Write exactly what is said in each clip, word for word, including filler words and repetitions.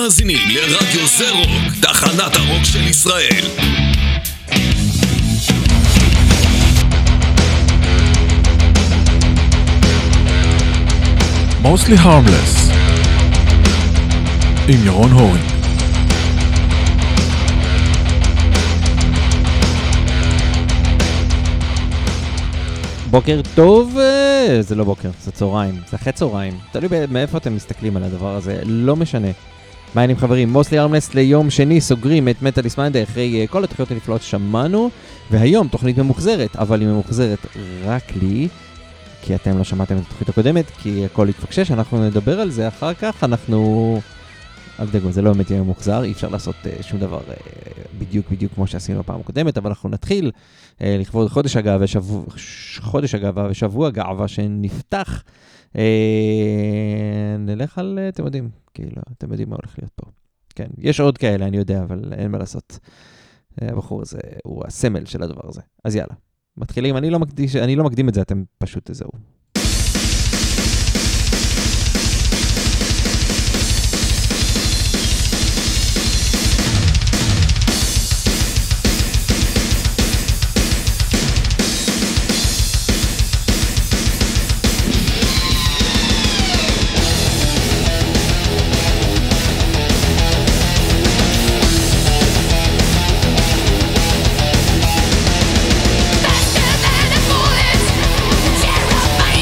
מאזינים לרדיו זה רוק, תחנת הרוק של ישראל. Mostly Harmless עם ירון הורינג. בוקר טוב, זה לא בוקר, זה צהריים, זה אחרי צהריים, תלוי מאיפה אתם מסתכלים על הדבר הזה, לא משנה. מה העניינים חברים, Mostly Harmless ליום שני סוגרים את מטאליסט מיינדר אחרי כל התוכניות הנפלאות ששמענו, והיום תוכנית ממוחזרת, אבל היא ממוחזרת רק לי, כי אתם לא שמעתם את התוכנית הקודמת, כי הכל התפקשש, אנחנו נדבר על זה אחר כך, אנחנו... אל תדאגו, זה לא באמת יהיה ממוחזר, אי אפשר לעשות uh, שום דבר uh, בדיוק בדיוק כמו שעשינו בפעם הקודמת, אבל אנחנו נתחיל uh, לכבוד חודש הגאווה, שבוע, חודש הגאווה ושבוע הגאווה שנפתח, uh, נלך על, uh, אתם יודעים, כאילו, אתם יודעים מה הולך להיות פה. כן, יש עוד כאלה, אני יודע, אבל אין מה לעשות. Uh, הבחור הזה הוא הסמל של הדבר הזה. אז יאללה, מתחילים, אני לא מקדיש, אני לא מקדים את זה, אתם פשוט תזהו. Faster than a bullet, terrified.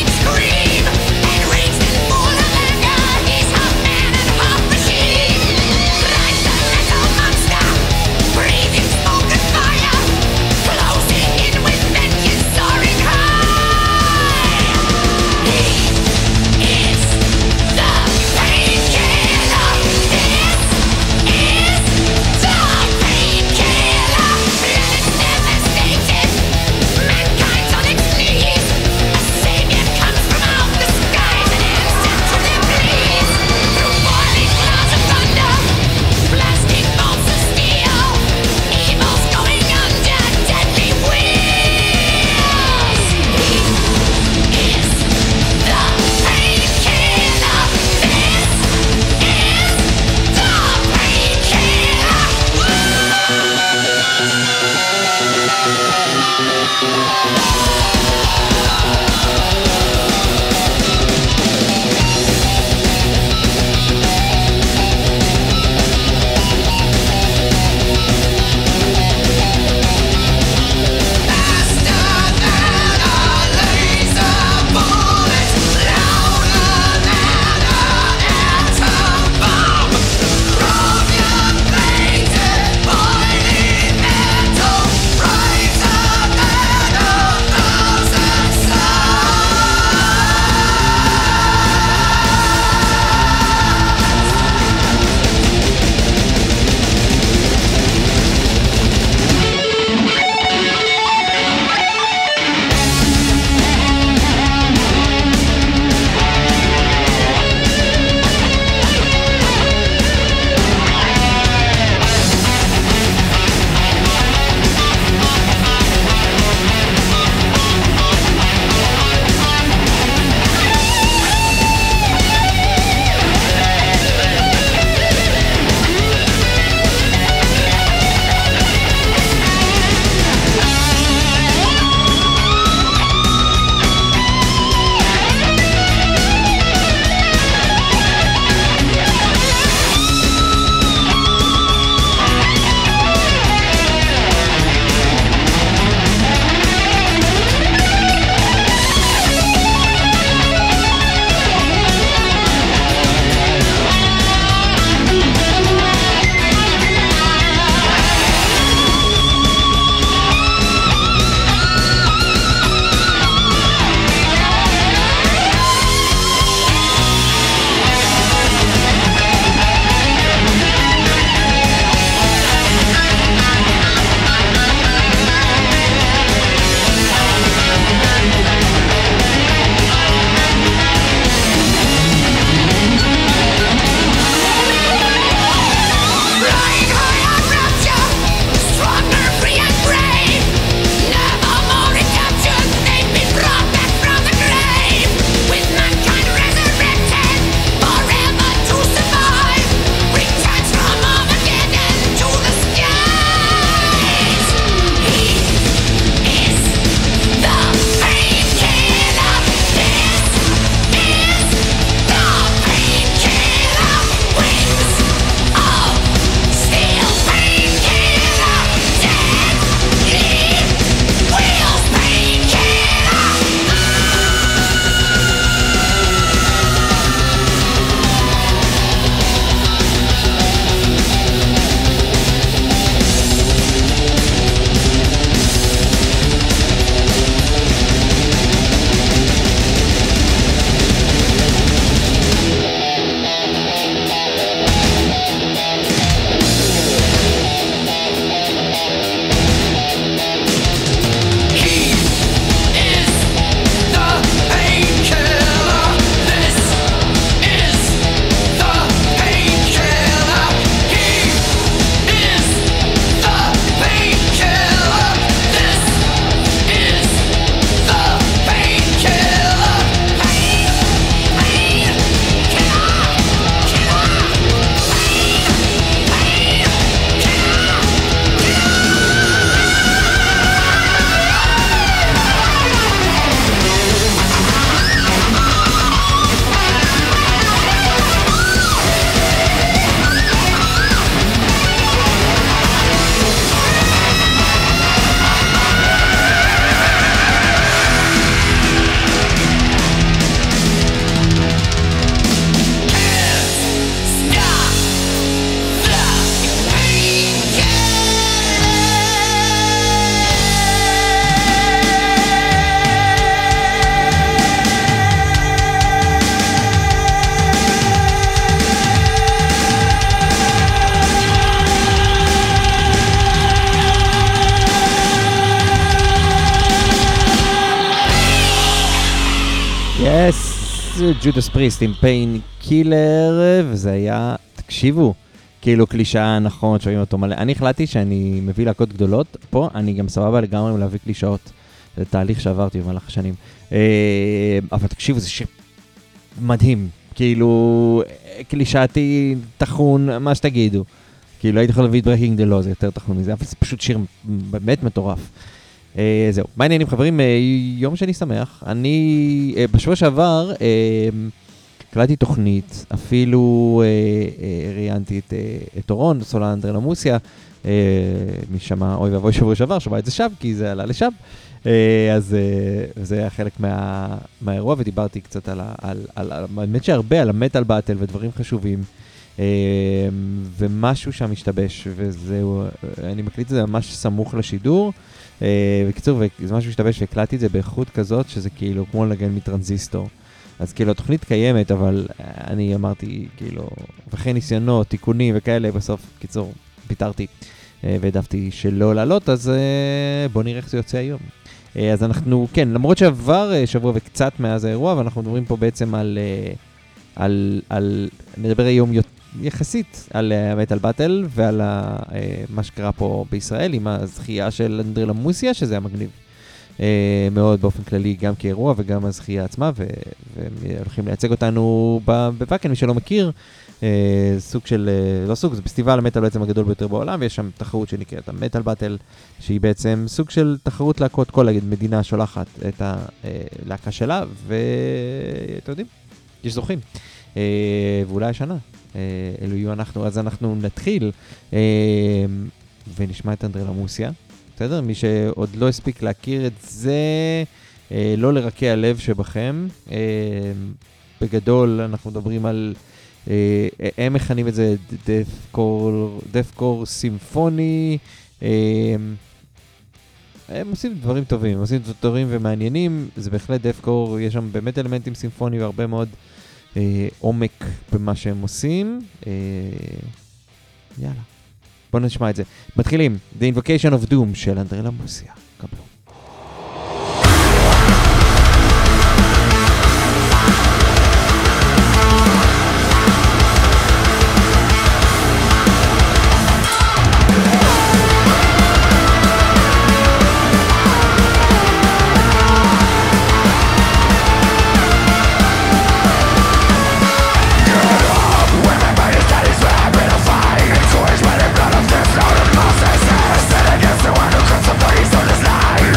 יס, ג'ודס פריסט עם פיין קילר, וזה היה, תקשיבו, כאילו קלישאה, נכון, שומעים אותו מלא. אני החלטתי שאני מביא להקות גדולות, פה אני גם סבבה לגמרי להביא קלישאות. זה תהליך שעברתי במהלך השנים. אבל תקשיבו, זה שיר מדהים, כאילו קלישאתי, תחון, מה שתגידו. כאילו הייתי יכול להביא את ברקינג דה לו, זה יותר תחון מזה, אבל זה פשוט שיר באמת מטורף. זהו, מה העניינים חברים? יום שני שמח. אני בשבוע שעבר קלטתי תוכנית, אפילו ראיינתי את אורון, סולן אנדרלמוסיה, משמה, אוי ואבוי שבוע שעבר, שומע את זה שב, כי זה עלה לשב. אז זה היה חלק מהאירוע, ודיברתי קצת על, האמת שהרבה, על המטל באטל ודברים חשובים, ומשהו שם משתבש, וזהו, אני מקליט את זה ממש סמוך לשידור, בקיצור, זה משהו משתבש, והקלטתי את זה באיכות כזאת, שזה כאילו כמו לנגן מטרנזיסטור. אז כאילו התוכנית קיימת, אבל אני אמרתי כאילו, וכן ניסיונות, תיקונים וכאלה, בסוף, קיצור, פיתרתי והעדפתי שלא לעלות, אז בוא נראה איך זה יוצא היום. אז אנחנו, כן, למרות שעבר שבוע וקצת מאז האירוע, ואנחנו מדברים פה בעצם על, על, על נדבר היום יחסית על המטל באטל, ועל מה שקרה פה בישראל, עם הזכייה של אנדרלמוסיה, שזה היה מגניב. מאוד באופן כללי, גם כאירוע וגם הזכייה עצמה, והם הולכים לייצג אותנו בוואקן, מי שלא מכיר, סוג של, לא סוג, זה פסטיבל המטל בעצם הגדול ביותר בעולם, ויש שם תחרות שנקראת המטל באטל, שהיא בעצם סוג של תחרות להקות, כל מדינה שולחת את הלהקה שלה, ואתם יודעים, יש זוכים. ואולי השנה, אלו יהיו אנחנו, אז אנחנו נתחיל, ונשמע את אנדרלמוסיה. בסדר? מי שעוד לא הספיק להכיר את זה, אה, לא לרקע הלב שבכם. אה, בגדול אנחנו מדברים על, אה, הם מכנים את זה דאת'קור סימפוני. אה, הם עושים דברים טובים, הם עושים דברים טובים ומעניינים. זה בהחלט דאת'קור, יש שם באמת אלמנטים סימפוני והרבה מאוד אה, עומק במה שהם עושים. אה, יאללה. בואו נשמע את זה. מתחילים, The Invocation of Doom של אנדרלמוסיה. קבלו. Against the one who cuts the bodies on his line.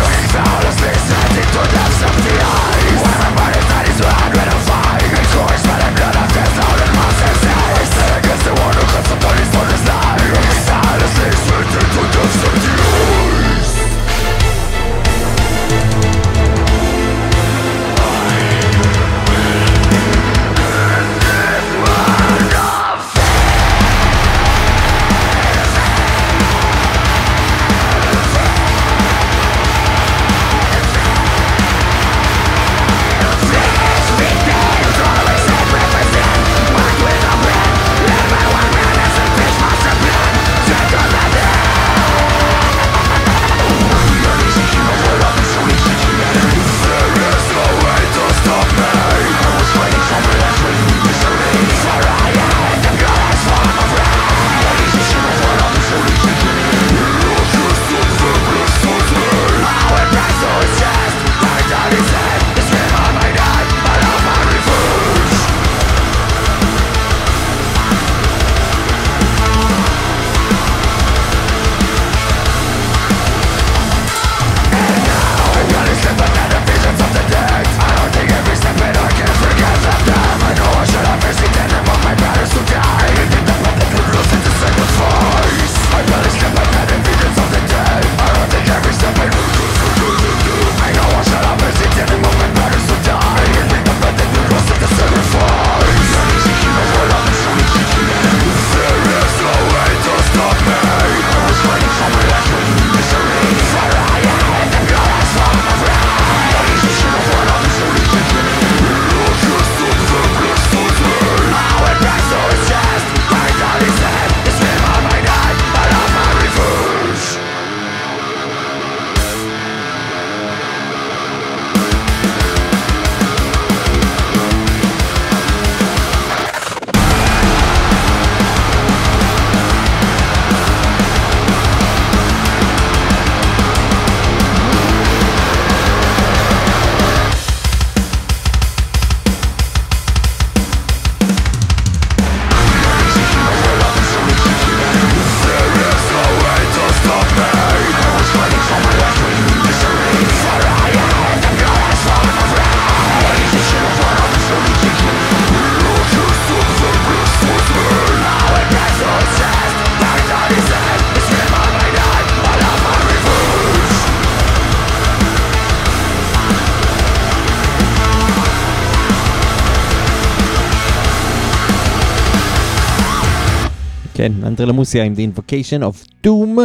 כן, אנדרלמוסיה עם The Invocation of Doom.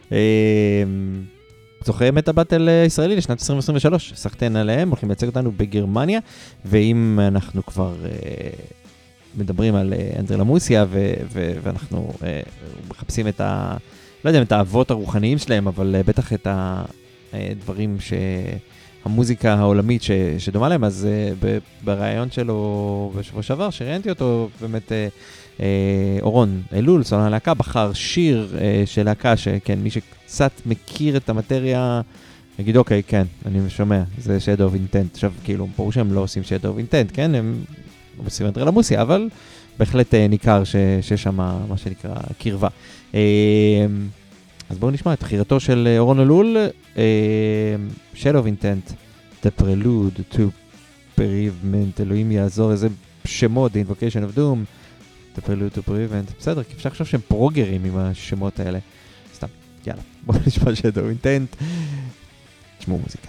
זוכרים את הבטל הישראלי לשנת עשרים עשרים ושלוש, סחטן עליהם, הולכים לייצג אותנו בגרמניה, ואם אנחנו כבר מדברים על אנדרלמוסיה, ואנחנו מחפשים את ה... לא יודע אם את האבות הרוחניים שלהם, אבל בטח את הדברים שהמוזיקה העולמית ש... שדומה להם, אז ברעיון שלו בשבוע שעבר, שראיינתי אותו, באמת אורון אלול, סולן הלהקה, בחר שיר של להקה, שכן, מי שקצת מכיר את המטריה, נגיד, אוקיי, כן, אני שומע, זה Shadow of Intent. עכשיו, כאילו, ברור שהם לא עושים Shadow of Intent, כן, הם עושים אנדרלמוסיה, אבל בהחלט ניכר שיש שם מה שנקרא קרבה. אז בואו נשמע את בחירתו של אורון אלול, Shadow of Intent, The Prelude to Bereavement, אלוהים יעזור, איזה שמות, The Invocation of Doom, The Prelude to Bereavement, בסדר, כי אפשר לחשוב שהם פרוגרים עם השמות האלה. סתם, יאללה, בואו נשמע Shadow of Intent, תשמעו מוזיקה.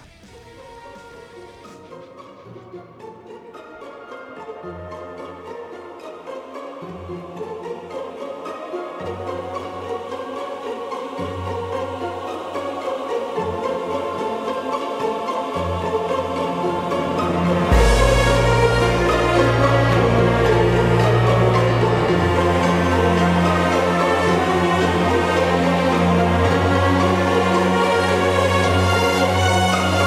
Thank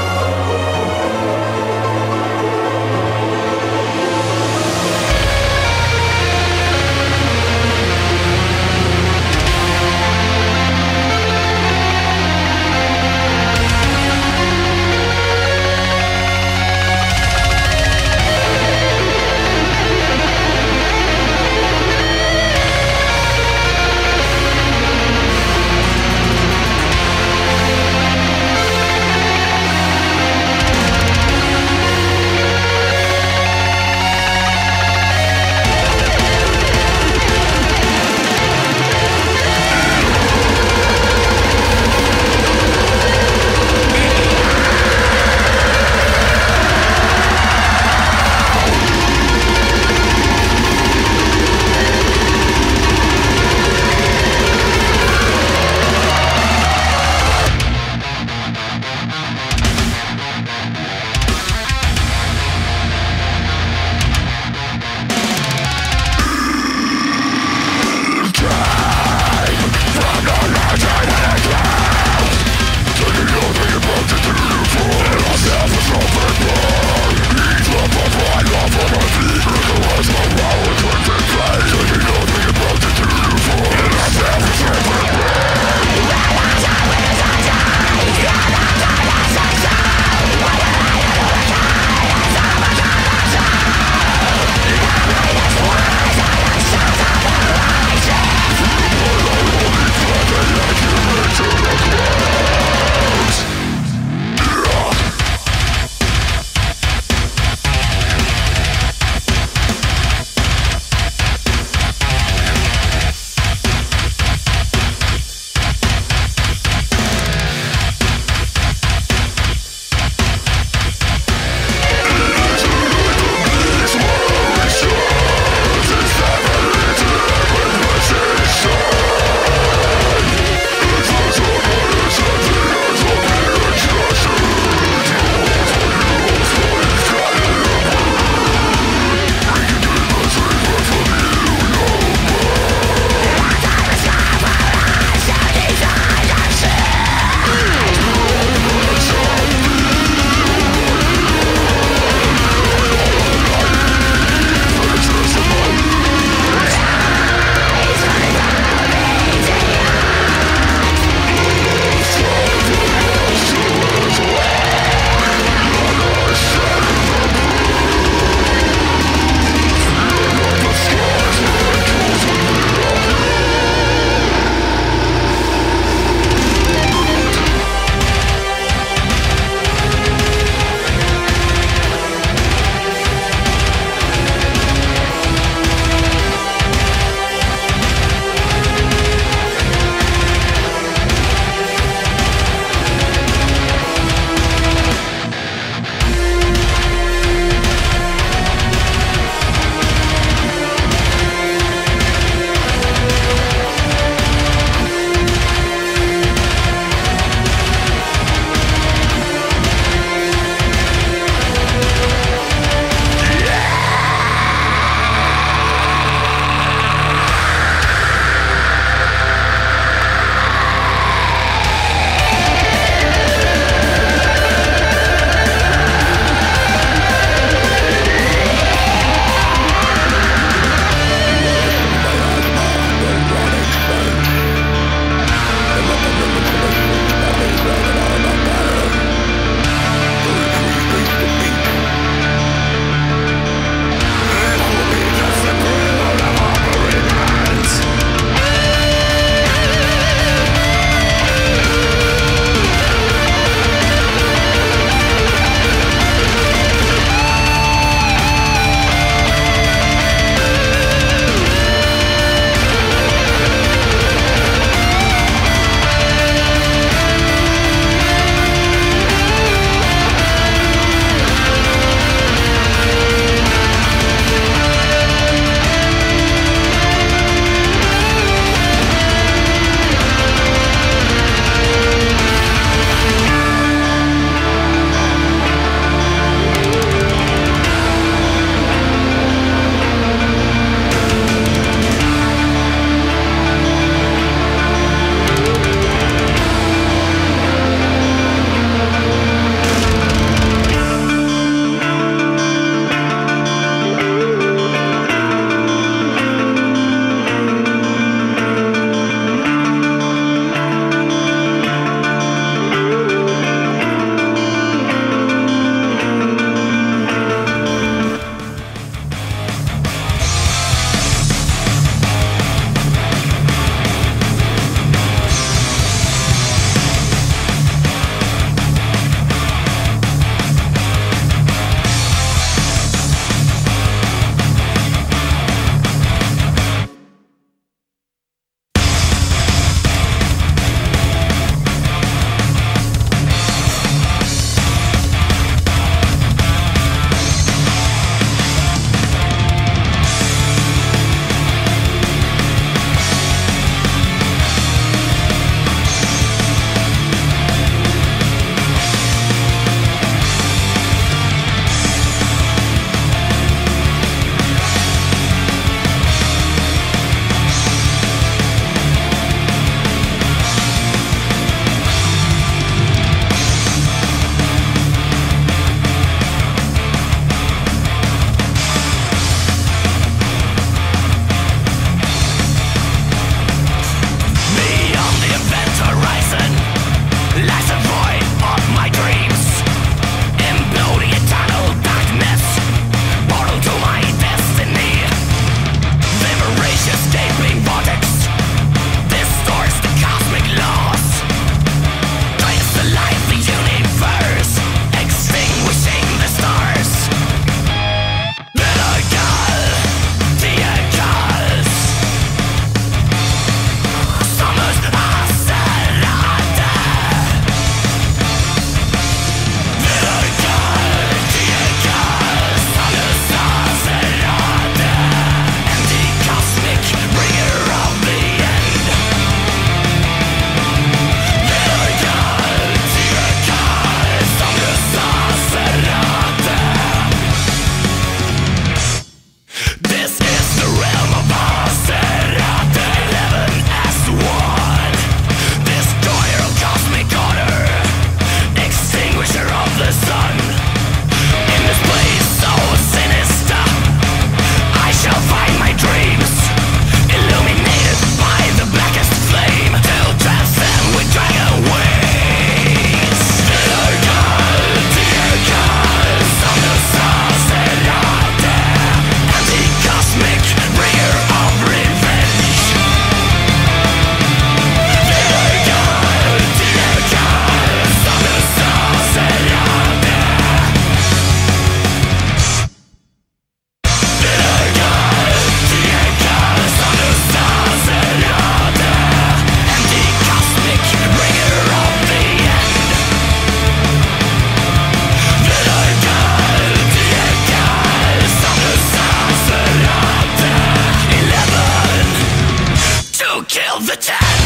the ten.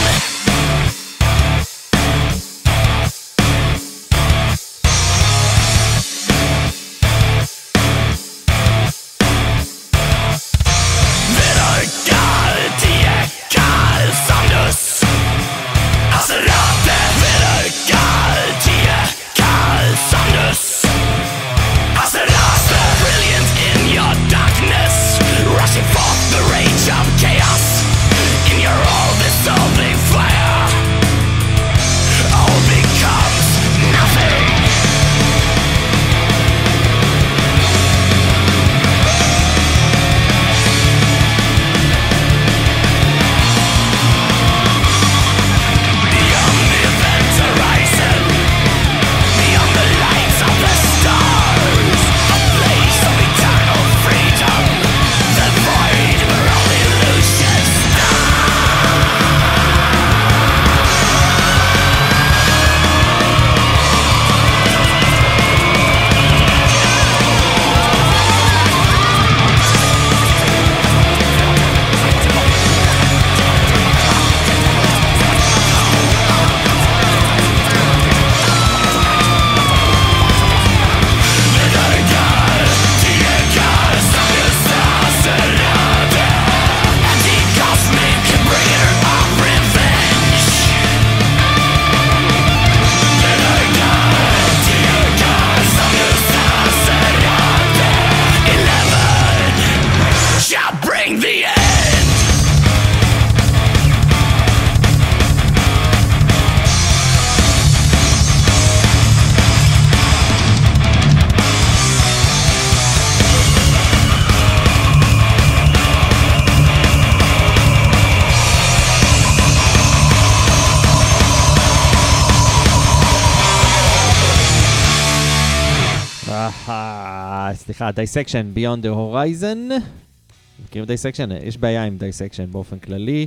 סליחה, Dissection Beyond the Horizon. מכירים Dissection? יש בעיה עם Dissection באופן כללי.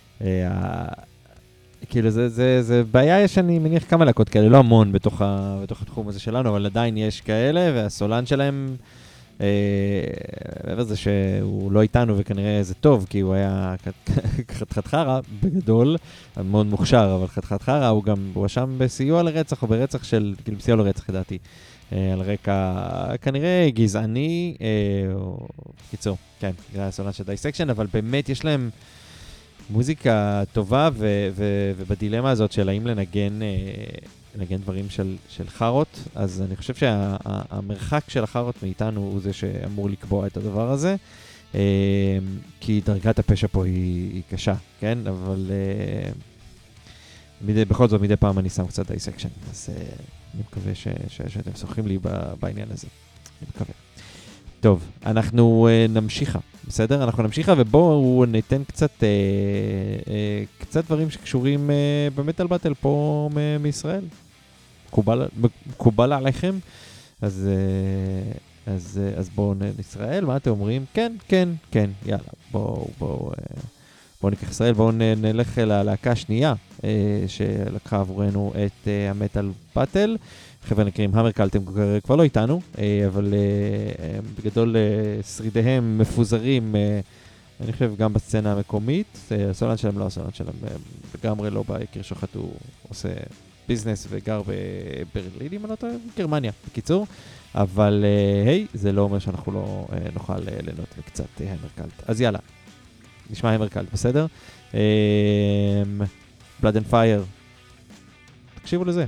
כאילו זה, זה, זה בעיה שאני מניח כמה לקות כאלה, לא המון בתוך, ה, בתוך התחום הזה שלנו, אבל עדיין יש כאלה, והסולן שלהם, מעבר זה שהוא לא איתנו וכנראה זה טוב, כי הוא היה חתיכת חרא בגדול, מאוד מוכשר, אבל חתיכת חרא, הוא גם הואשם בסיוע לרצח או ברצח של, כאילו בסיוע לרצח ידעתי, על רקע כנראה גזעני, או קיצור, כן, זה הסולן של Dissection, אבל באמת יש להם מוזיקה טובה, ו- ו- ובדילמה הזאת של האם לנגן, לנגן דברים של, של חרות, אז אני חושב שהמרחק של החרות מאיתנו הוא זה שאמור לקבוע את הדבר הזה, כי דרגת הפשע פה היא, היא קשה, כן? אבל מדי, בכל זאת מדי פעם אני שם קצת Dissection, אז אני מקווה ש- ש- שאתם שוחים לי בעניין הזה, אני מקווה. טוב, אנחנו uh, נמשיכה, בסדר? אנחנו נמשיכה ובואו ניתן קצת, uh, uh, קצת דברים שקשורים uh, במטל באטל פה מ- מישראל. מקובל, מקובל עליכם? אז, uh, אז, uh, אז בואו לישראל, מה אתם אומרים? כן, כן, כן, יאללה, בואו, בואו, uh, בואו ניקח ישראל, בואו נלך ללהקה השנייה uh, שלקחה עבורנו את uh, המטל באטל. חבר'ה נקראים המרקלט, הם כבר לא איתנו, אבל בגדול שרידיהם מפוזרים, אני חושב, גם בסצנה המקומית. הסולן שלהם לא, הסולן שלהם לגמרי לא ביקר שוחט, הוא עושה ביזנס וגר בברלין, אם אני לא טועה, גרמניה, בקיצור. אבל היי, זה לא אומר שאנחנו לא נוכל ליהנות מקצת המרקלט. אז יאללה, נשמע המרקלט, בסדר? Blood and Fire, תקשיבו לזה.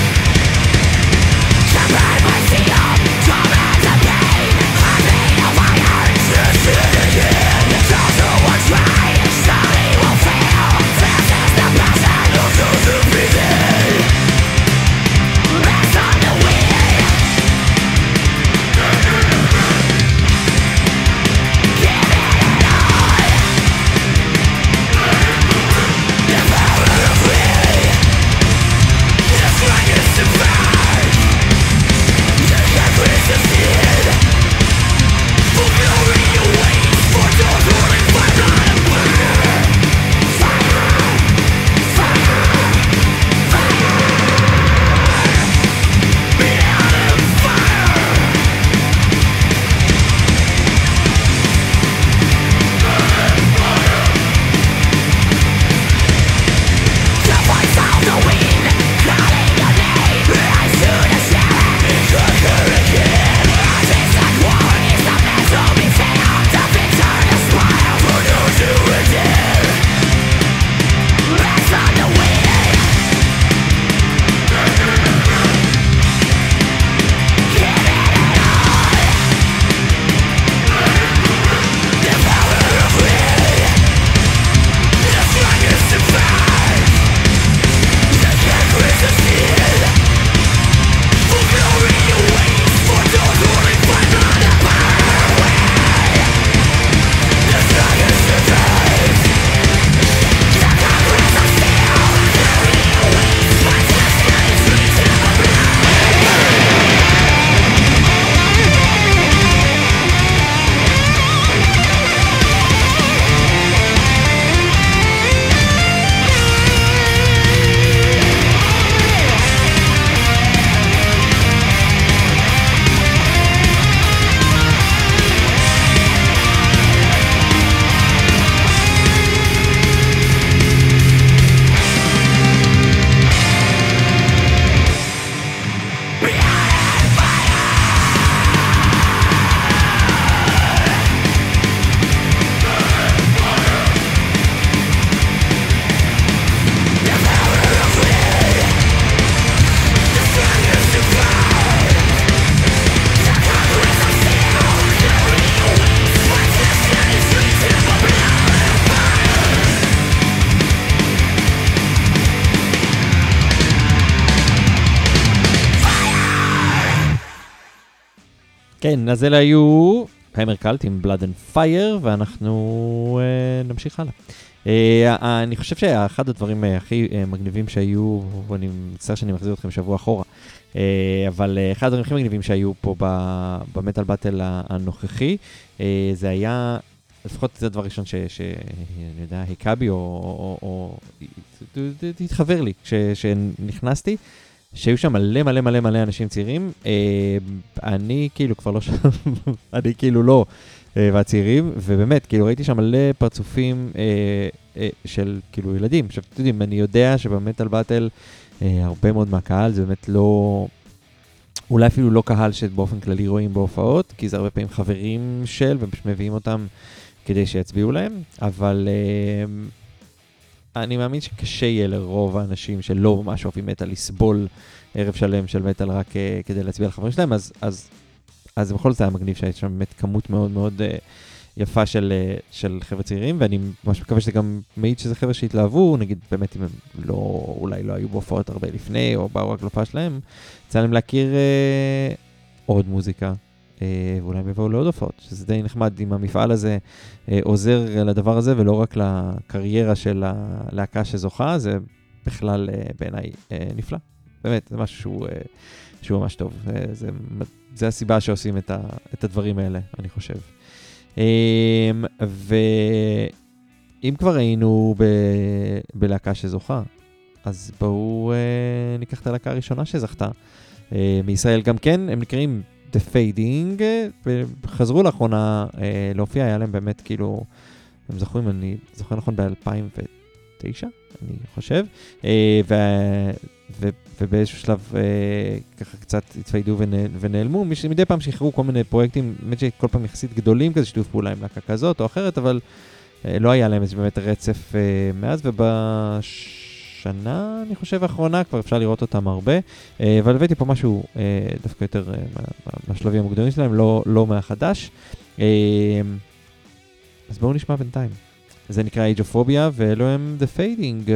Torment of pain, heartbeat of כן, אז אלה היו היימר קלט עם Blood and Fire, ואנחנו uh, נמשיך הלאה. Uh, אני חושב שאחד הדברים uh, הכי uh, מגניבים שהיו, ואני מצטער שאני מחזיר אתכם שבוע אחורה, uh, אבל uh, אחד הדברים הכי מגניבים שהיו פה במטל באטל הנוכחי, uh, זה היה, לפחות זה הדבר ראשון שאני יודע, היקבי או, או, או, או תתחבר לי כשנכנסתי, שהיו שם מלא מלא מלא מלא אנשים צעירים, אה, אני כאילו כבר לא שם, אני כאילו לא, אה, והצעירים, ובאמת, כאילו ראיתי שם מלא פרצופים אה, אה, של כאילו ילדים. עכשיו, אתם יודעים, אני יודע שבמטל באטל, אה, הרבה מאוד מהקהל, זה באמת לא, אולי אפילו לא קהל שבאופן כללי רואים בהופעות, כי זה הרבה פעמים חברים של, והם פשוט מביאים אותם כדי שיצביעו להם, אבל אה, אני מאמין שקשה יהיה לרוב האנשים שלא ממש אוהבים מטל לסבול ערב שלם של מטל רק uh, כדי להצביע על חברים שלהם, אז, אז, אז בכל זאת היה מגניב שהיית שם באמת כמות מאוד מאוד uh, יפה של, uh, של חבר'ה צעירים, ואני ממש מקווה שזה גם מעיד שזה חבר'ה שהתלהבו, נגיד באמת אם הם לא, אולי לא היו בהופעות הרבה לפני, או באו רק להופעה שלהם, צריך להם להכיר uh, עוד מוזיקה, uh, ואולי הם יבואו לעוד הופעות, שזה די נחמד אם המפעל הזה uh, עוזר לדבר הזה, ולא רק לקריירה של הלהקה שזוכה, זה בכלל uh, בעיניי uh, נפלא. באמת, זה משהו שהוא, uh, שהוא ממש טוב. זה, זה, זה הסיבה שעושים את, ה, את הדברים האלה, אני חושב. Um, ואם כבר היינו ב, בלהקה שזוכה, אז בואו uh, ניקח את הלהקה הראשונה שזכתה. Uh, מישראל גם כן, הם נקראים The Fading, וחזרו לאחרונה uh, להופיע, היה להם באמת כאילו, הם זכו אם אני זוכר נכון ב-אלפיים ותשע, אני חושב, uh, ו... ו- ובאיזשהו שלב uh, ככה קצת התפיידו ונעל, ונעלמו, מדי פעם שחררו כל מיני פרויקטים, באמת שכל פעם יחסית גדולים כזה, שיתוף פעולה עם להקה כזאת או אחרת, אבל uh, לא היה להם איזה באמת רצף uh, מאז, ובשנה, אני חושב, האחרונה, כבר אפשר לראות אותם הרבה, uh, אבל הבאתי פה משהו uh, דווקא יותר uh, מה, מהשלבים המוקדמים שלהם, לא, לא מהחדש. Uh, אז בואו נשמע בינתיים. זה נקרא Age of Phobia, ואלו הם The Fading.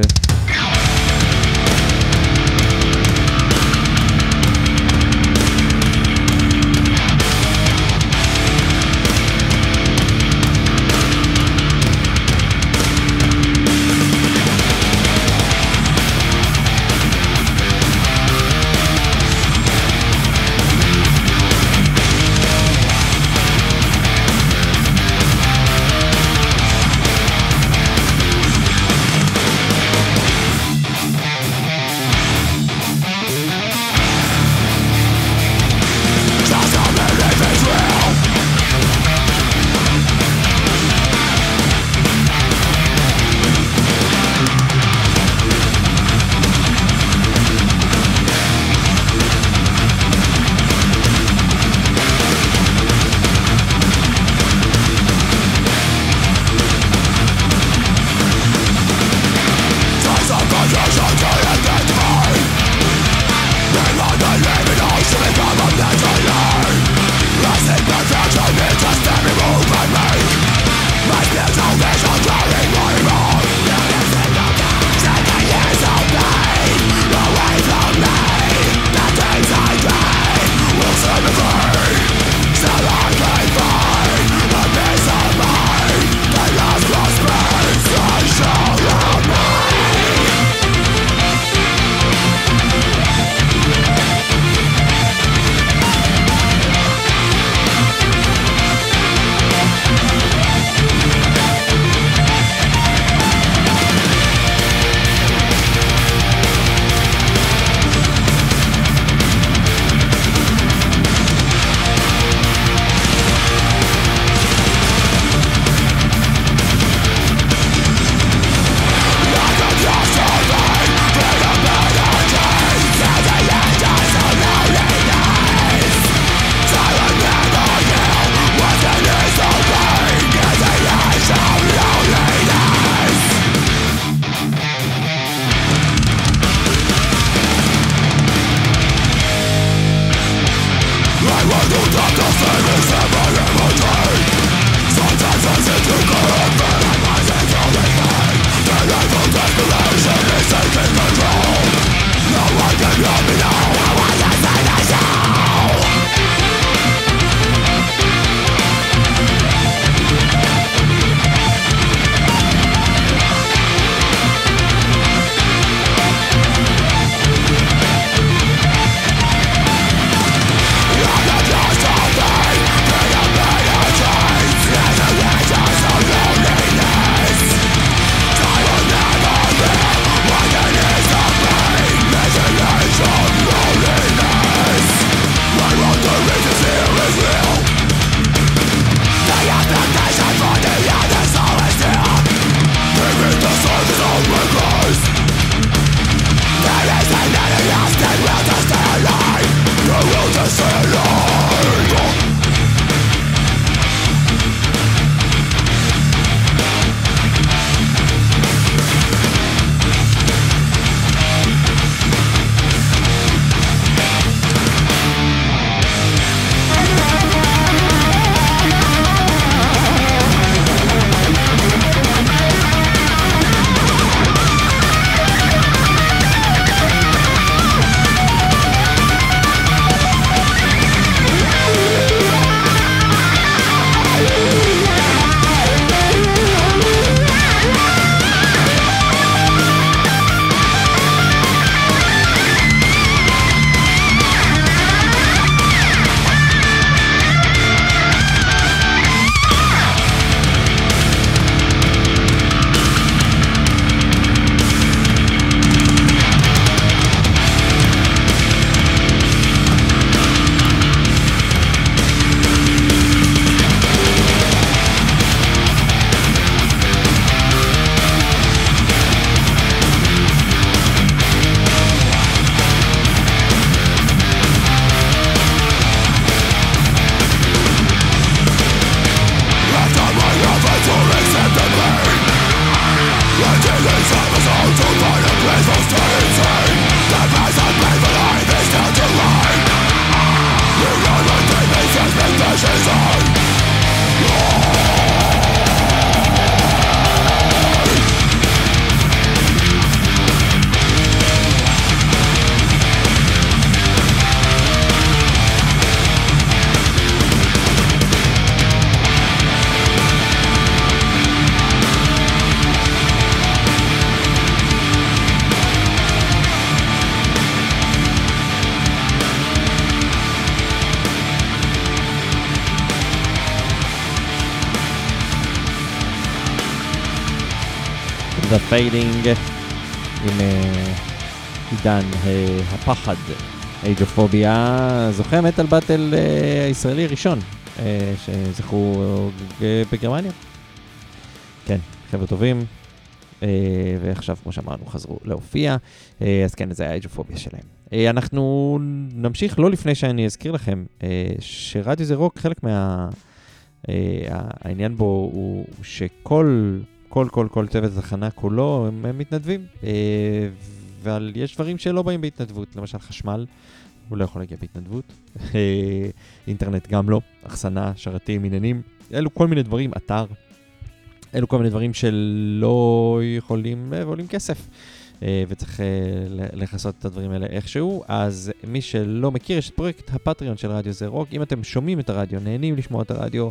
The Fading עם עידן הפחד. אייג'ופוביה זוכה מטל באטל הישראלי ראשון שזכו בגרמניה. כן, חבר'ה טובים, ועכשיו כמו שאמרנו חזרו להופיע, אז כן, זה היה אייג'ופוביה שלהם. אנחנו נמשיך, לא לפני שאני אזכיר לכם שרדיו זה רוק, חלק מה... העניין בו הוא שכל כל כל כל צוות התחנה כולו הם, הם מתנדבים, אבל יש דברים שלא באים בהתנדבות, למשל חשמל הוא לא יכול להגיע בהתנדבות, אינטרנט גם לא, אחסנה, שרתים, עניינים, אלו כל מיני דברים, אתר, אלו כל מיני דברים שלא יכולים ועולים כסף, וצריך לחסות את הדברים האלה איכשהו. אז מי שלא מכיר, יש פרויקט הפטריון של רדיו זה רוק. אם אתם שומעים את הרדיו, נהנים לשמוע את הרדיו,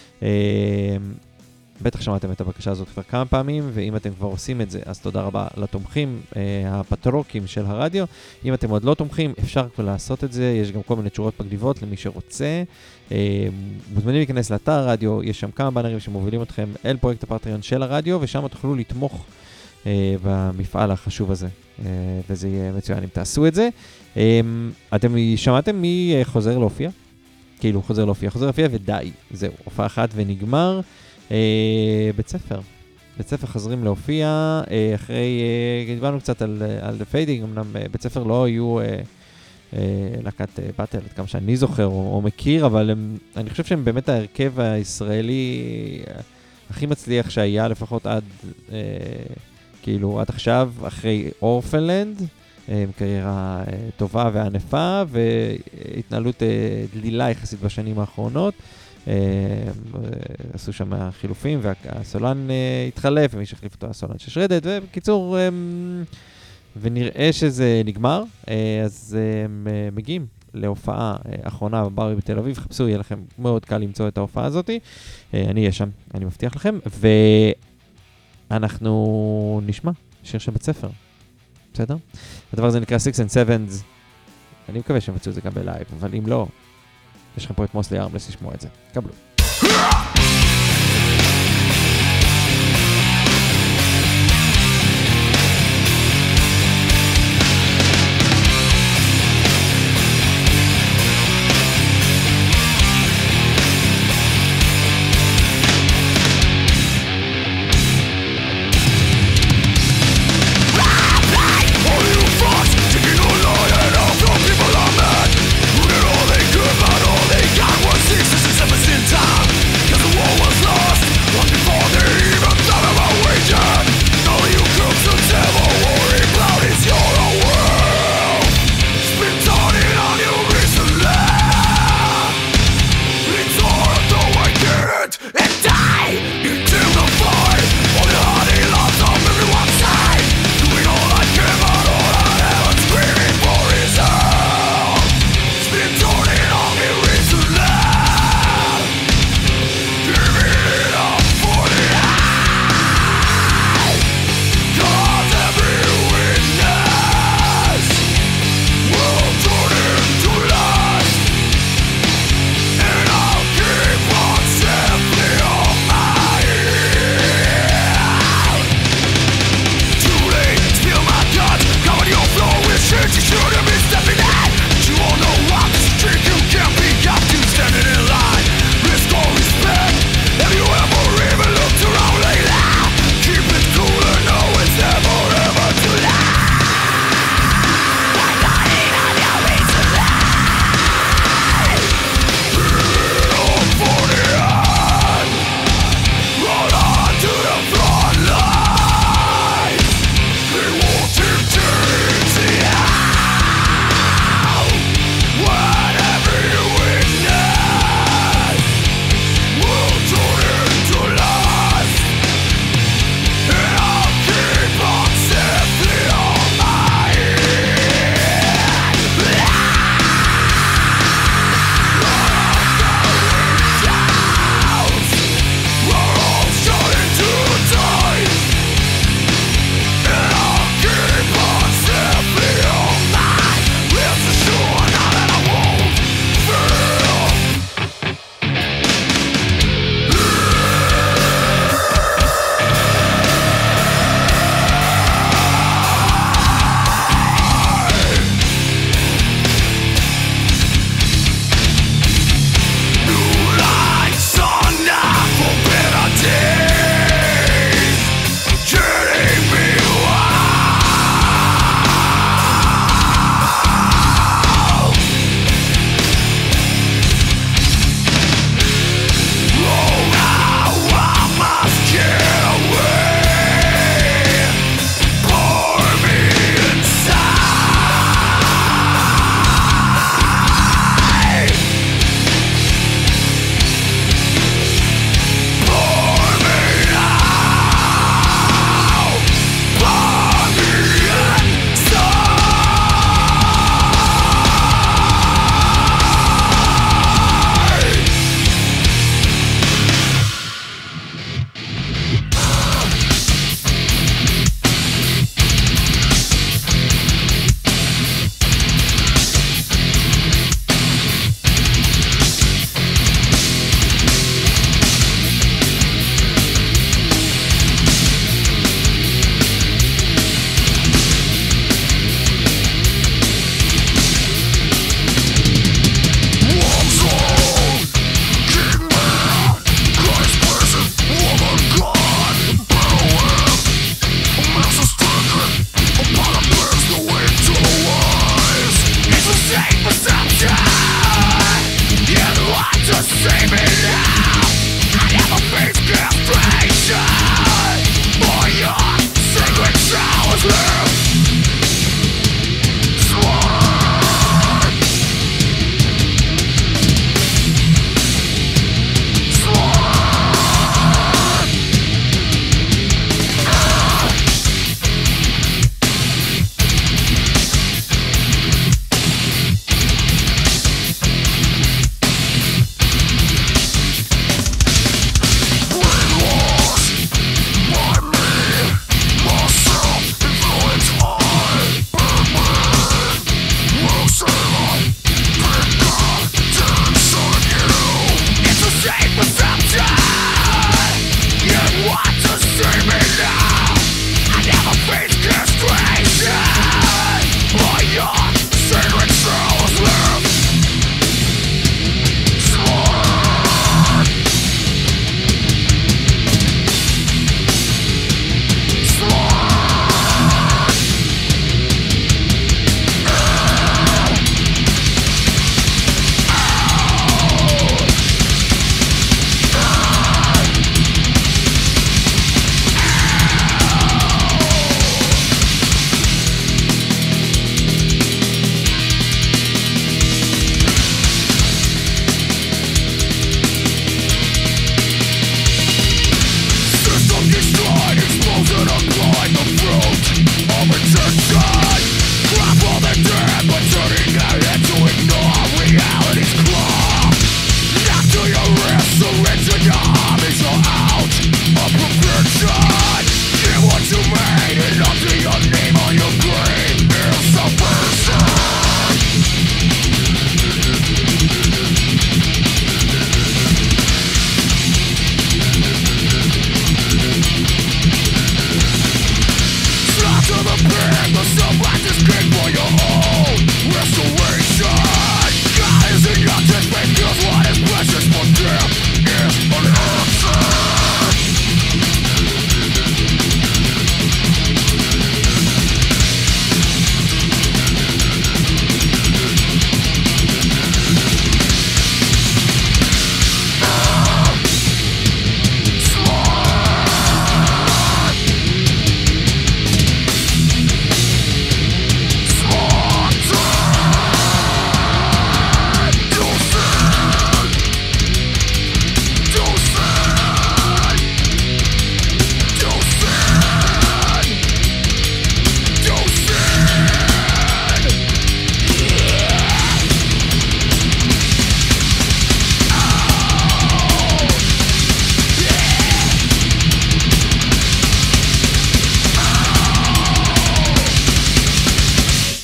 בטח שמעתם את הבקשה הזאת כבר כמה פעמים, ואם אתם כבר עושים את זה, אז תודה רבה לתומכים הפטרוקים של הרדיו. אם אתם עוד לא תומכים, אפשר כבר לעשות את זה, יש גם כל מיני תשורות מגניבות למי שרוצה. מוזמנים להיכנס לאתר הרדיו, יש שם כמה בנרים שמובילים אתכם אל פרויקט הפטריון של הרדיו, ושם תוכלו לתמוך במפעל החשוב הזה, וזה יהיה מצוין אם תעשו את זה. אתם שמעתם מי חוזר להופיע? כאילו חוזר להופיע, חוזר להופיע ודי, זהו, הופעה אחת ונגמר. בית ספר, בית ספר חזרים להופיע, אחרי, דיברנו קצת על, על The Fading, אמנם בית ספר לא היו להקת באטל, עד כמה שאני זוכר או, או מכיר, אבל הם, אני חושב שהם באמת ההרכב הישראלי הכי מצליח שהיה לפחות עד, כאילו עד עכשיו, אחרי אורפנלנד, קריירה טובה וענפה, והתנהלות דלילה יחסית בשנים האחרונות. עשו שם חילופים, והסולן התחלף, ומי שהחליף אותו הסולן ששרדת, ובקיצור, ונראה שזה נגמר, אז הם מגיעים להופעה אחרונה בברי בתל אביב, חפשו, יהיה לכם מאוד קל למצוא את ההופעה הזאת, אני אהיה שם, אני מבטיח לכם, ואנחנו נשמע שיר של בית ספר, בסדר? הדבר הזה נקרא Six and Sevens, אני מקווה שמצאו את זה גם בלייב, אבל אם לא, יש לכם פה את מוסלי ארמלס לשמוע את זה. קבלו. Six and sevens in time.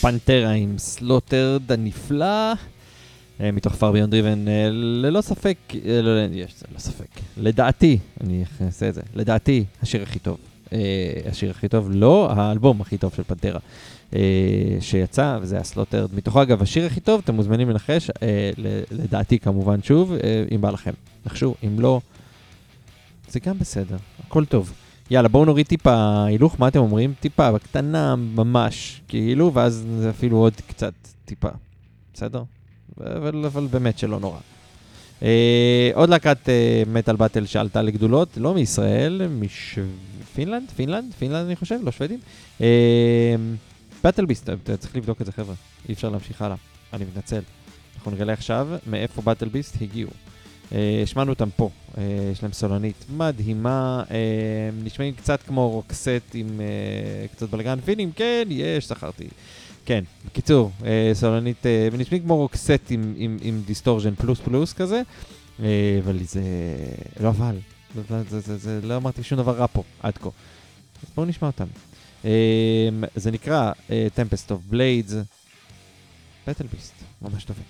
פנטרה עם סלוטרד הנפלא, מתוך Far Beyond Driven, ללא ספק, לא, יש, לא ספק, לדעתי, אני אעשה את זה, לדעתי, השיר הכי טוב. השיר הכי טוב, לא, האלבום הכי טוב של פנטרה שיצא, וזה היה סלוטרד. מתוכו, אגב, השיר הכי טוב, אתם מוזמנים לנחש, לדעתי כמובן שוב, אם בא לכם. נחשו, אם לא, זה גם בסדר, הכל טוב. יאללה, בואו נוריד טיפה הילוך, מה אתם אומרים? טיפה, בקטנה ממש, כאילו, ואז זה אפילו עוד קצת טיפה. בסדר? אבל, אבל באמת שלא נורא. אה, עוד להקת אה, מטל באטל שעלתה לגדולות, לא מישראל, מפינלנד? פינלנד? פינלנד אני חושב, לא שוודים. אה, באטל ביסט, צריך לבדוק את זה חבר'ה, אי אפשר להמשיך הלאה, אני מתנצל. אנחנו נגלה עכשיו מאיפה באטל ביסט הגיעו. השמענו אותם פה, יש להם סולנית מדהימה, נשמעים קצת כמו רוקסט עם קצת בלגן פינים, כן, יש, שכרתי. כן, בקיצור, סולנית, נשמעים כמו רוקסט עם, עם, עם דיסטורז'ן פלוס פלוס כזה, אבל זה לא אבל, זה, זה, זה, זה, לא אמרתי שום דבר רע פה, עד כה. אז בואו נשמע אותם. זה נקרא Tempest of Blades, Battle Beast, ממש טובים.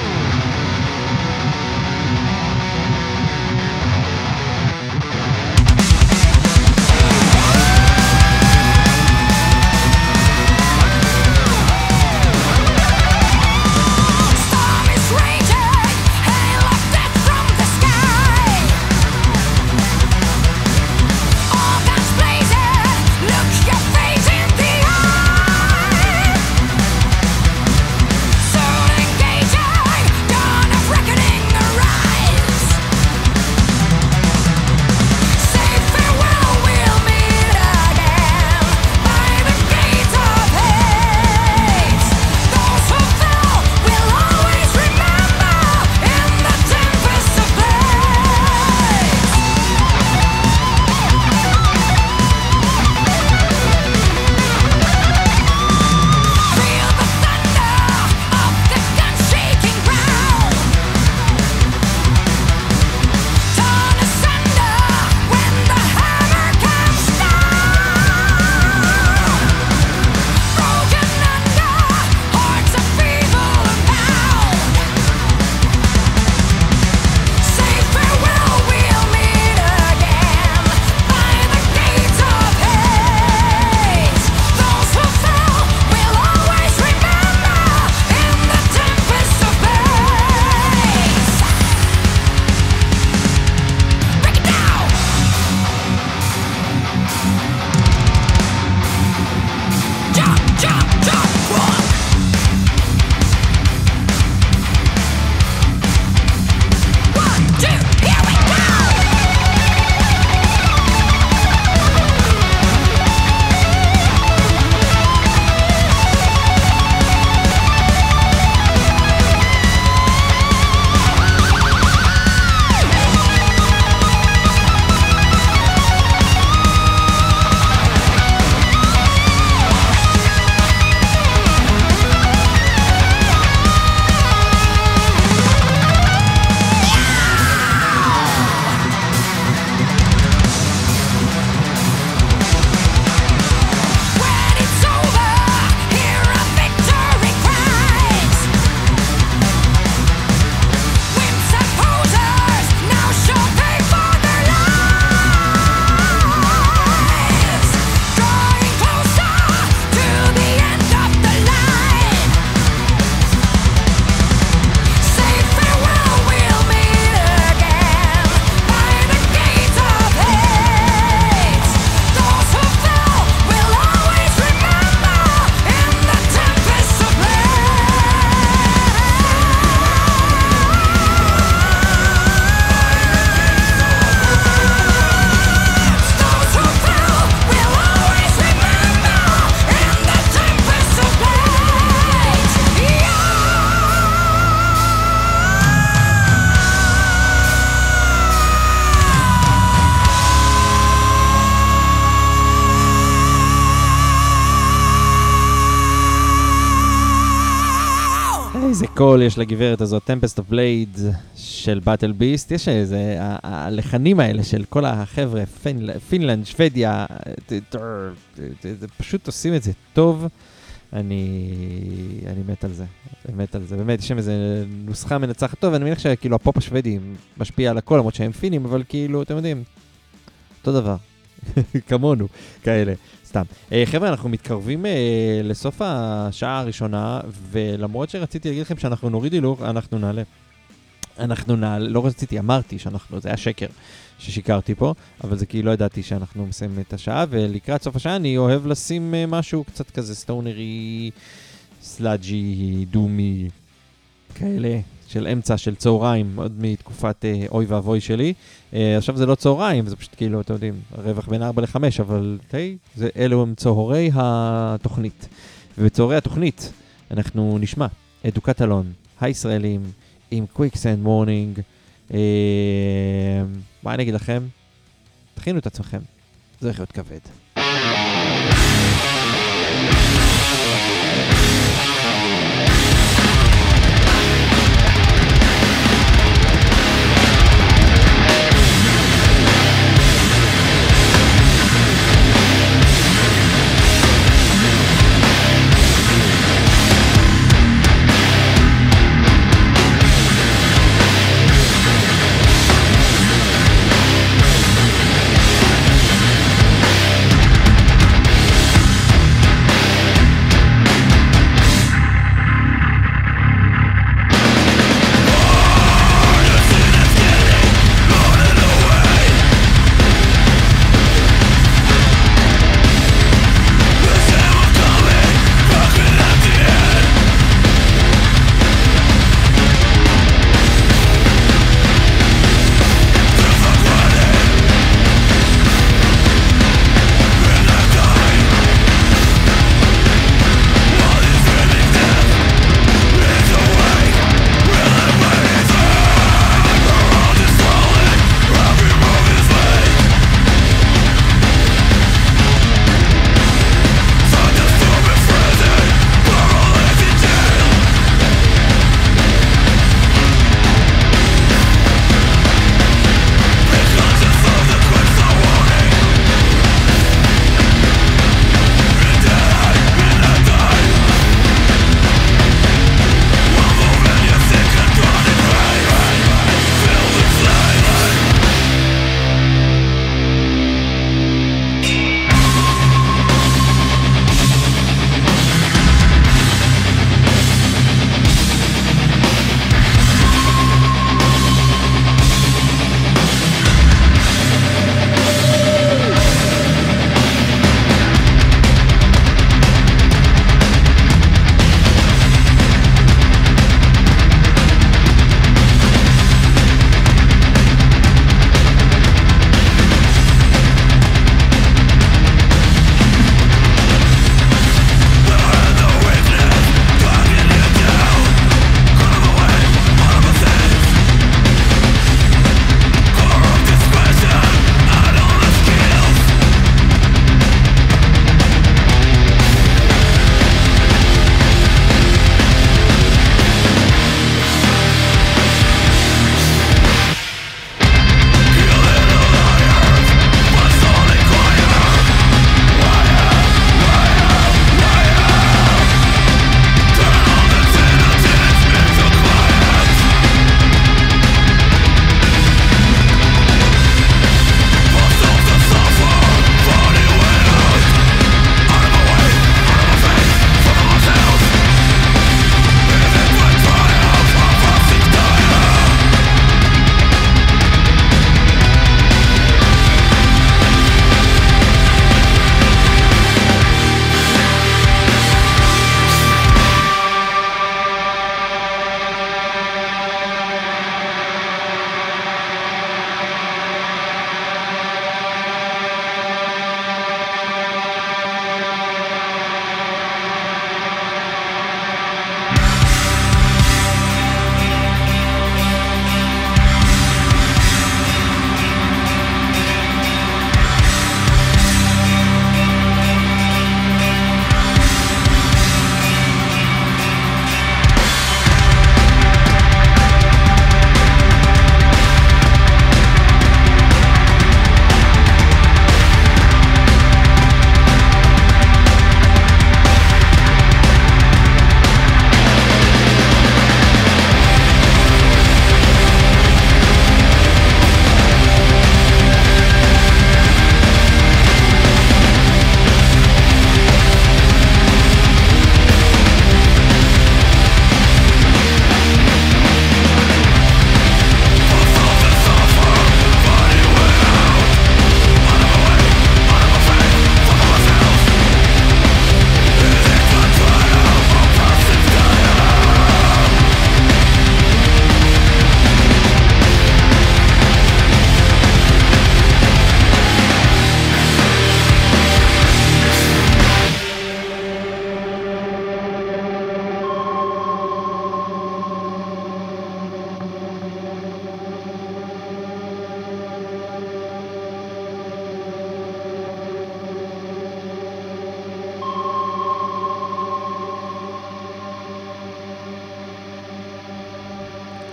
איזה קול יש לגברת הזאת, Tempest of Blades של Battle Beast. יש איזה, הלחנים האלה של כל החבר'ה, פינלנד, שוודיה, פשוט עושים את זה טוב. אני, אני מת על זה, מת על זה, באמת, יש שם איזה נוסחה מנצחת טוב, ואני מניח שכאילו הפופ השוודי משפיע על הכל, למרות שהם פינים, אבל כאילו, אתם יודעים, אותו דבר, כמונו, כאלה, סתם. חבר'ה, אנחנו מתקרבים לסוף השעה הראשונה, ולמרות שרציתי להגיד לכם שאנחנו נוריד הילוך, אנחנו נעלה. אנחנו נעלה, לא רציתי, אמרתי שאנחנו, זה היה שקר ששיקרתי פה, אבל זה כי לא ידעתי שאנחנו מסיימים את השעה, ולקראת סוף השעה אני אוהב לשים משהו קצת כזה סטונרי, סלאג'י, דומי, כאלה, של אמצע, של צהריים, עוד מתקופת אה, אוי ואבוי שלי. אה, עכשיו זה לא צהריים, זה פשוט כאילו, אתם יודעים, רווח בין ארבע לחמש, אבל די, זה, אלו הם צהרי התוכנית. ובצהרי התוכנית אנחנו נשמע אדוקת אלון, הישראלים, עם Quicksand Morning. אה, מה אני אגיד לכם? תכינו את עצמכם, זה הולך להיות כבד. We'll be right back.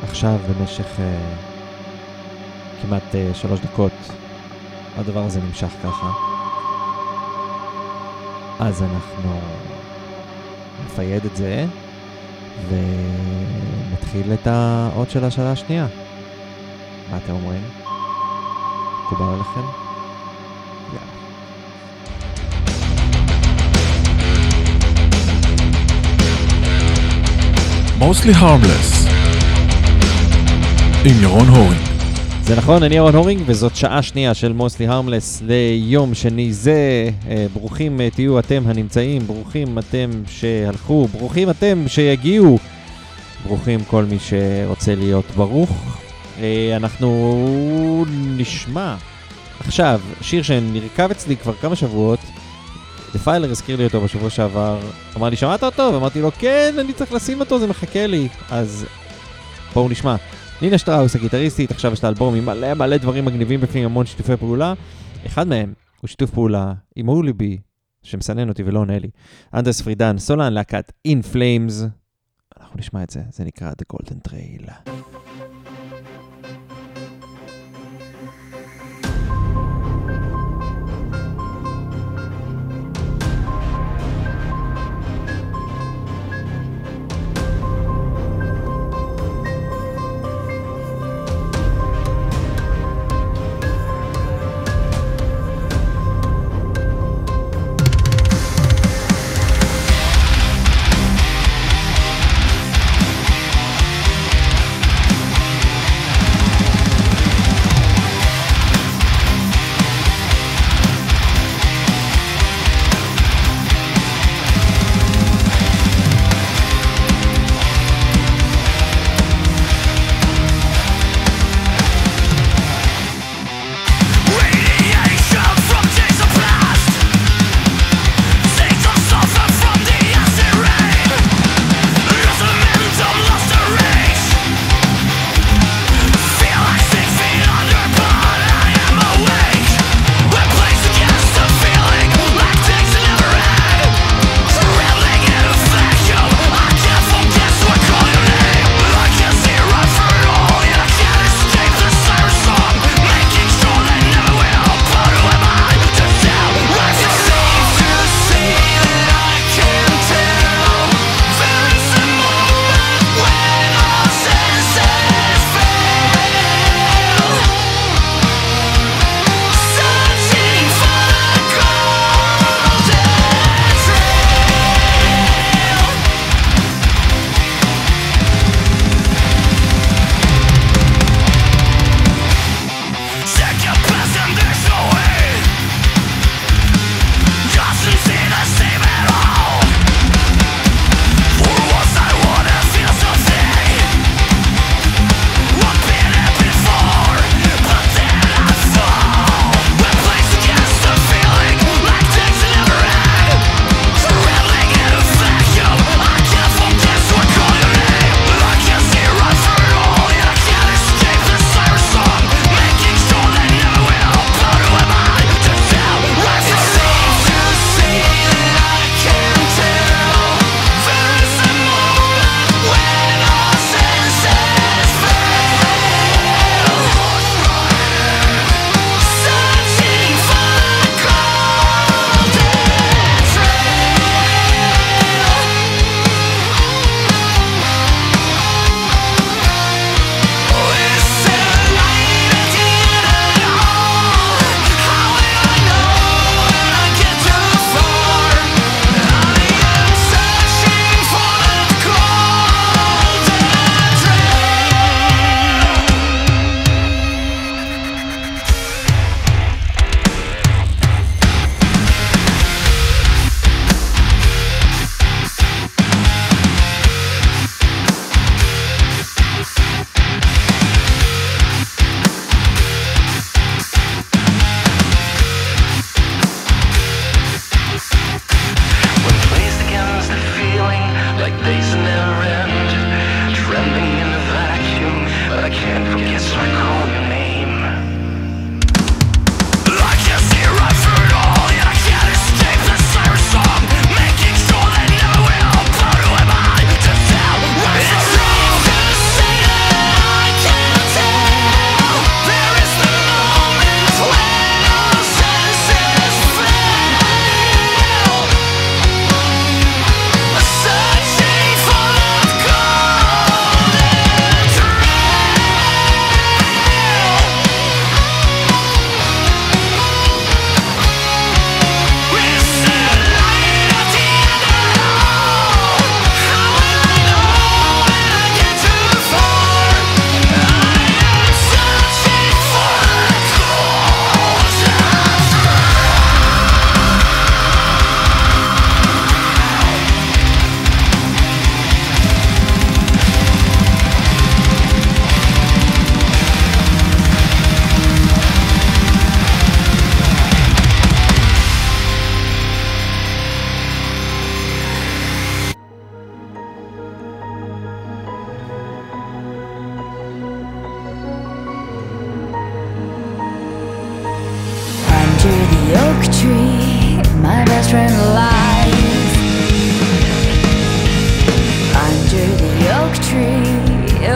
עכשיו במשך uh, כמעט uh, שלוש דקות הדבר הזה נמשך ככה. אז אנחנו נפייד את זה ונתחיל את האות של השאלה השנייה. מה אתם אומרים? מקובל עליכם? יאללה. Mostly Harmless עם ירון הורינג. זה נכון, אני ירון הורינג, וזאת שעה שנייה של Mostly Harmless ליום שני זה. ברוכים תהיו אתם הנמצאים, ברוכים אתם שהלכו, ברוכים אתם שיגיעו, ברוכים כל מי שרוצה להיות ברוך. אנחנו נשמע עכשיו שיר שנרכב אצלי כבר כמה שבועות. דפיילר הזכיר לי אותו בשבוע שעבר, אמר לי שמעת אותו? ואמרתי לו כן, אני צריך לשים אותו, זה מחכה לי. אז בואו נשמע. נינה שטראוס הגיטריסטית, עכשיו יש לה אלבום עם מלא מלא דברים מגניבים בפנים, המון שיתופי פעולה. אחד מהם הוא שיתוף פעולה עם אוליבי, שמסנן אותי ולא עונה לי. אנדרס פרידן, סולן, להקת In Flames. אנחנו נשמע את זה, זה נקרא The Golden Trail.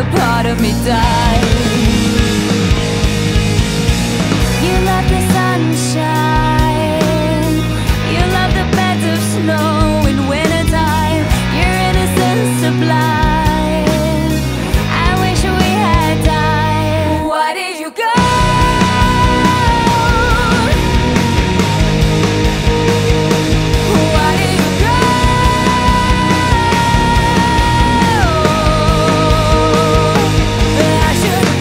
a part of me die. You love the sunshine, you love the beds of snow in wintertime, your innocence sublime. I wish we had died. Why did you go? Why did you go? I should have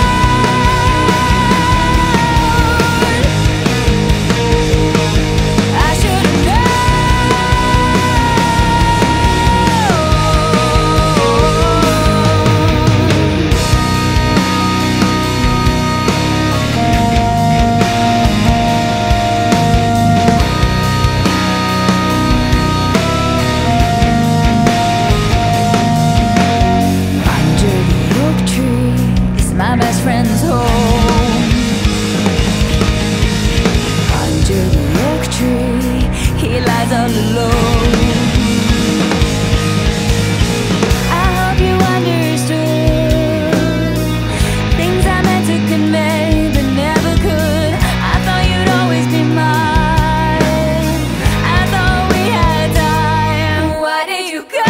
known. I should have Under the oak tree is my best friend's home. Under the oak tree, he lies all alone. I hope you understood things I meant to convey but never could. I thought you'd always be mine. I thought we had time. Why did you go?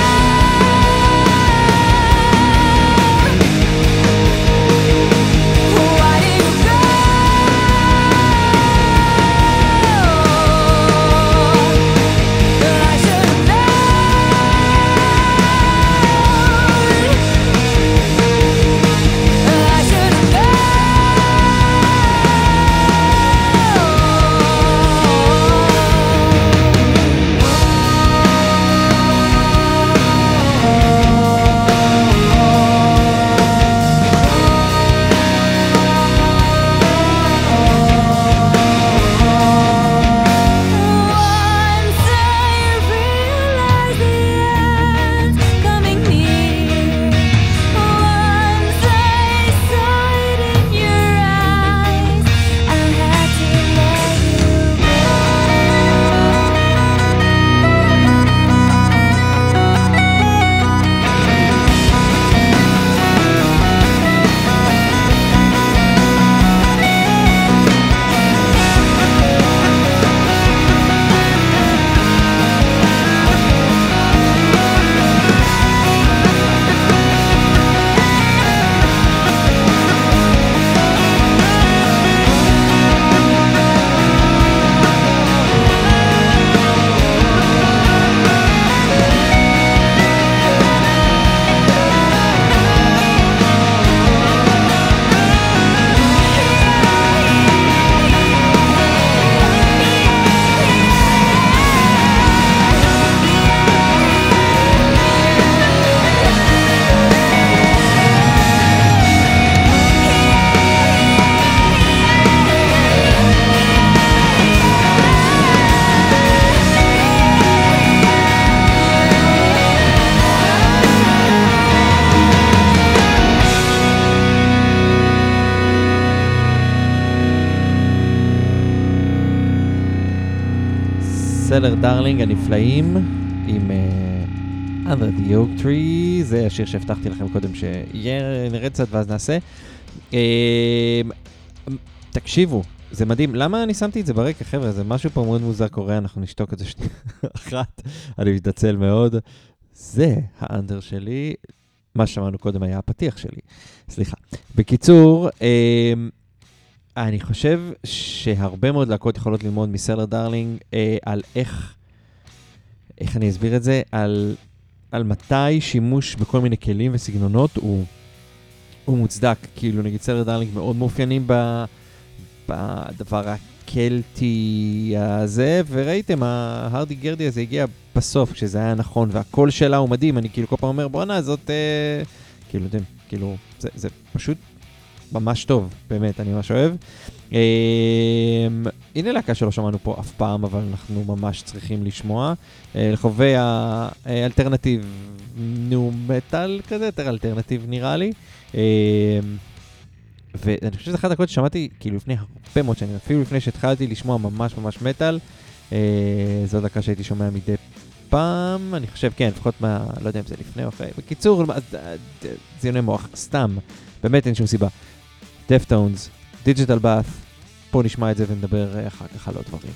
Why did you go? I should have known. I should have Once I realized the end's coming near, once I saw it in your eyes, I had to let you סלר דארלינג הנפלאים עם uh, Under the Oak Tree, זה השיר שהבטחתי לכם קודם שיהיה, נרד קצת ואז נעשה. Uh, תקשיבו, זה מדהים. למה אני שמתי את זה ברקע, חבר'ה? זה משהו פה מאוד מוזר קורה, אנחנו נשתוק את זה שנייה אחת, אני מתנצל מאוד. זה האנדר שלי, מה שמענו קודם היה הפתיח שלי, סליחה. בקיצור, uh, אני חושב שהרבה מאוד להקות יכולות ללמוד מסלר דארלינג אה, על איך, איך אני אסביר את זה, על, על מתי שימוש בכל מיני כלים וסגנונות הוא, הוא מוצדק. כאילו נגיד סלר דארלינג מאוד מאופיינים ב, בדבר הקלטי הזה, וראיתם, ההרדי גרדי הזה הגיע בסוף כשזה היה נכון, והקול שלה הוא מדהים. אני כאילו כל פעם אומר, בואנה, זאת, אה, כאילו, יודעים, כאילו, זה, זה פשוט ממש טוב, באמת, אני ממש אוהב. הנה להקה שלא שמענו פה אף פעם, אבל אנחנו ממש צריכים לשמוע. לחובי האלטרנטיב ניו מטל כזה, יותר אלטרנטיב נראה לי. ואני חושב שזה אחת הקודם ששמעתי כאילו לפני הרבה מאוד שנים, אפילו לפני שהתחלתי לשמוע ממש ממש מטל. זו דקה שהייתי שומע מדי הפעם, אני חושב, כן, לפחות מה, לא יודע אם זה לפני או אחרי. בקיצור, זיוני מוח, סתם, באמת אין שום סיבה. דפטונס, דיג'יטל באת', פה נשמע את זה ונדבר אחר כך על עוד דברים.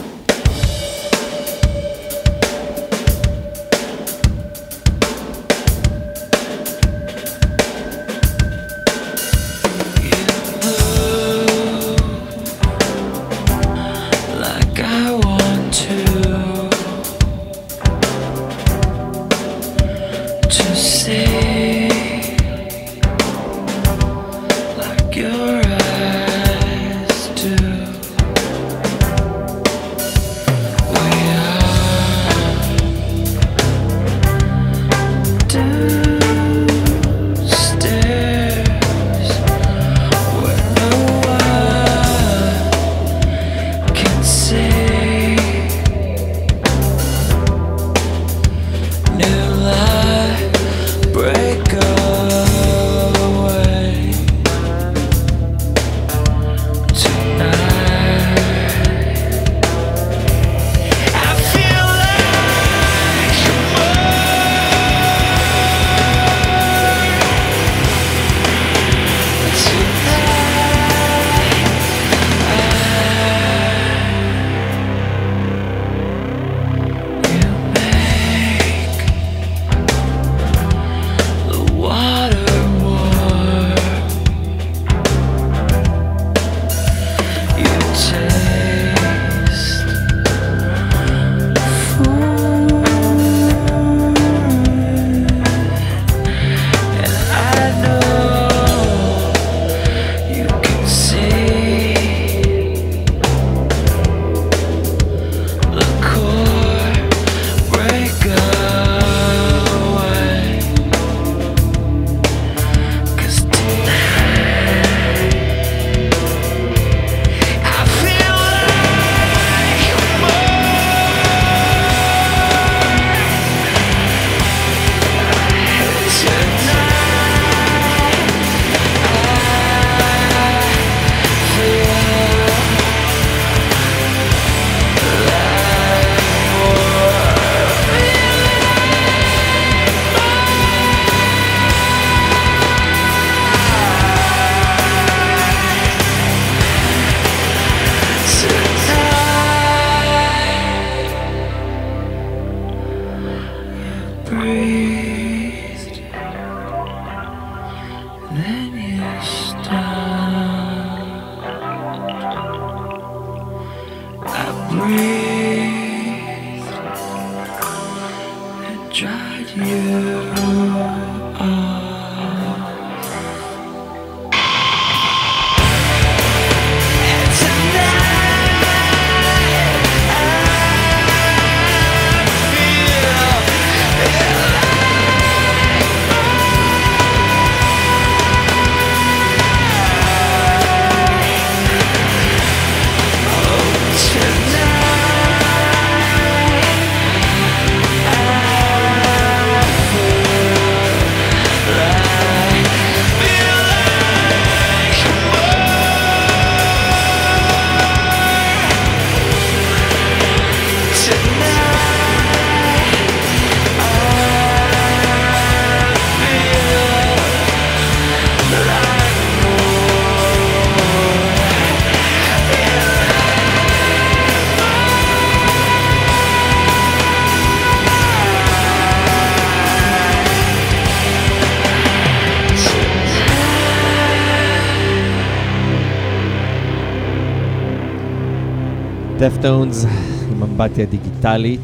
דפטונס עם אמבטיה דיגיטלית,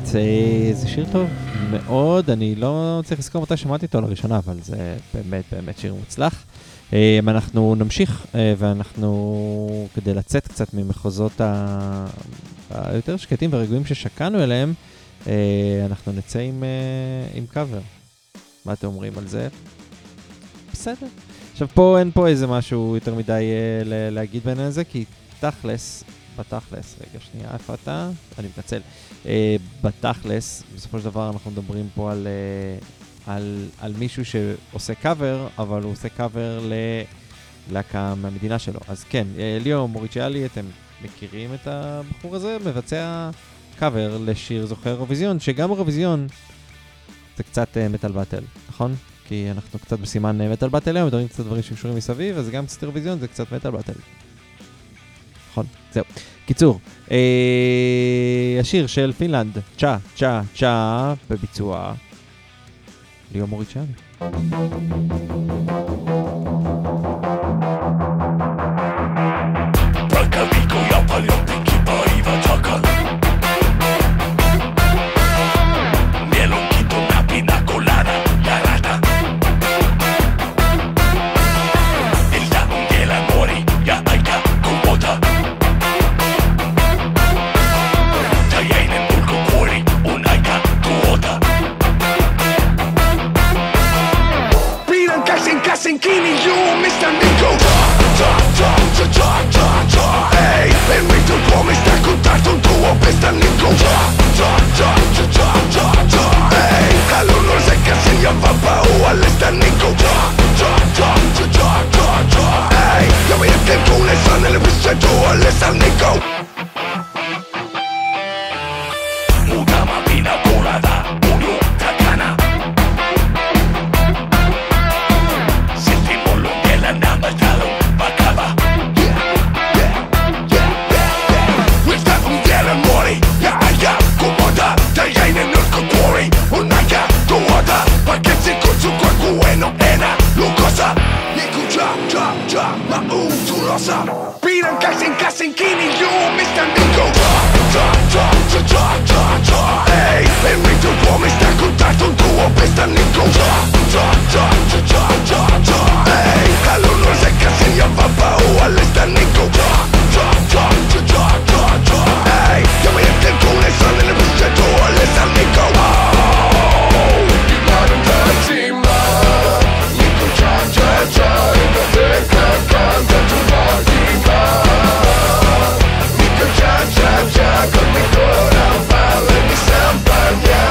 זה שיר טוב מאוד, אני לא צריך לזכור מתי שמעתי אותו לראשונה, אבל זה באמת באמת שיר מוצלח. אנחנו נמשיך ואנחנו, כדי לצאת קצת ממחוזות היותר שקטים ורגועים ששקענו אליהם, אנחנו נצא עם, עם קאבר. מה אתם אומרים על זה? בסדר. עכשיו פה אין פה איזה משהו יותר מדי להגיד בעניין הזה, כי תכלס, בתכלס, רגע שנייה, איפה אתה? אני מתנצל. Uh, בתכלס, בסופו של דבר אנחנו מדברים פה על, uh, על, על מישהו שעושה קאבר, אבל הוא עושה קאבר ללהקה מהמדינה שלו. אז כן, uh, ליאו מוריצ'יאלי, אתם מכירים את הבחור הזה? מבצע קאבר לשיר זוכה אירוויזיון, שגם אירוויזיון זה קצת מטל באטל, נכון? כי אנחנו קצת בסימן מטל באטל היום, מדברים קצת דברים שקשורים מסביב, אז גם קצת אירוויזיון זה קצת מטל באטל. נכון, זהו. קיצור, אה, השיר של פינלנד, צ'ה, צ'ה, צ'ה, בביצוע ליאו מוריצ'יאלי. Prakaviko ja palion piki paiva čakan Mielon kito na pina colada ja rata Il dano della mori ja aika kumota Tajainen ulkokuori on aika tuota Pidän käsin käsin kiinni juu mistä Niko Ta, ta, ta, ta, ta, ta, ei En vitu tuomista kun tartun tuo pestä Niko Ta, ta, ta, ta, ta, ta, ta, ei Halunnut se käsin ja vapauallista Niko Ta, ta, ta, ta, ta, ta, ta, ei Ja mä jätken kunnes sanelle missä tuollessa Niko Muutama pina kulata unu takana Silti mulla on vielä nämä talon vakava Mistä on vielä nuori ja aika kumota Tajainen nurkkutuori on aika tuota Paketsi kutsu koiku en oo enää lukossa Niinku ja, ja, ja, mä oon tulossa Pidän käsin käsin kiinni juu mistä Niko Ta, ta, ta, ta, ta, ta, ta, ei En vitu tuomista kun tartun tuo pestä Niko Ta, ta, ta, ta, ta, ta, ta, ei Halunnut se käsin ja vapauallista Niko Ta, ta, ta, ta, ta, ta, ta, ei Ja mä jätken kunnes sanelle missä tuollessa Niko Imainen tanssimaan Niko cha cha cha Enkä sekään kantattu vaatikaan Niko cha cha cha Kun me tuodaan päälle niin sampaan jää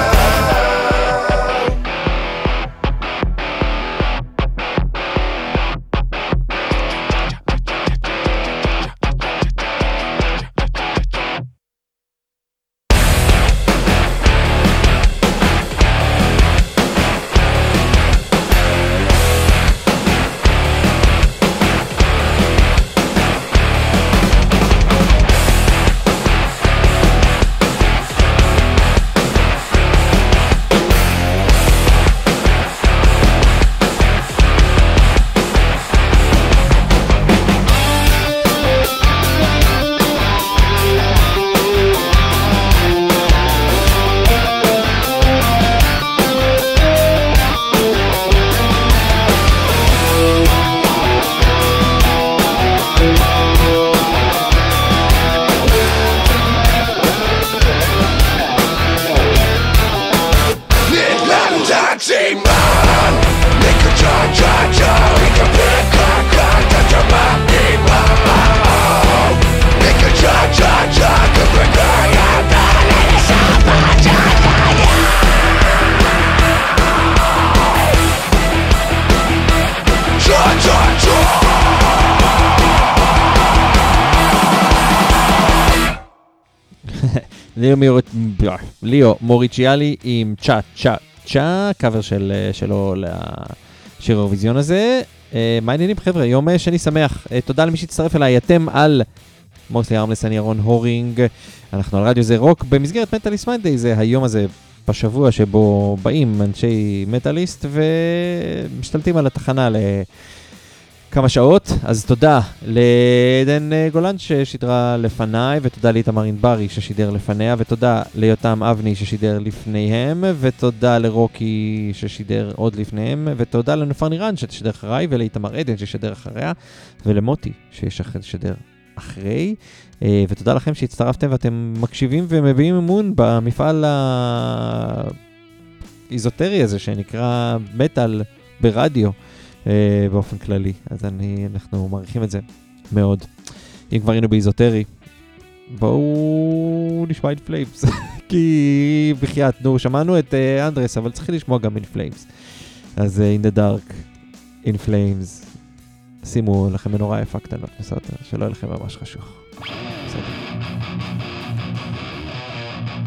ליאו מוריצ'יאלי עם צ'ה צ'ה צ'ה, קאבר של, שלו לשיר האירוויזיון הזה. מה העניינים חבר'ה? יום שני שמח. תודה למי שהצטרף אליי. אתם על מוסלי הרמלס, אני ירון הורינג. אנחנו על רדיו זה רוק במסגרת מטאליסט מיינדיי. זה היום הזה בשבוע שבו באים אנשי מטאליסט ומשתלטים על התחנה לכמה שעות. אז תודה לעדן גולן ששידרה לפניי, ותודה לאיתמר ענברי ששידר לפניה, ותודה ליותם אבני ששידר לפניהם, ותודה לרוקי ששידר עוד לפניהם, ותודה לנופר נירן שתשדר אחריי, ולאיתמר עדן ששידר אחריה, ולמוטי ששידר אחרי. ותודה לכם שהצטרפתם ואתם מקשיבים ומביאים אמון במפעל האיזוטרי הזה שנקרא מטל ברדיו באופן כללי. אז אני, אנחנו מעריכים את זה מאוד. אם כבר היינו באיזוטרי, בואו נשמע In Flames. כי בחייאת, נו, שמענו את אנדרס, אבל צריכים לשמוע גם In Flames. אז In the Dark, In Flames. שימו לכם מנורה יפה קטנות מסוטר, שלא יהיה לכם ממש חשוך. בסדר.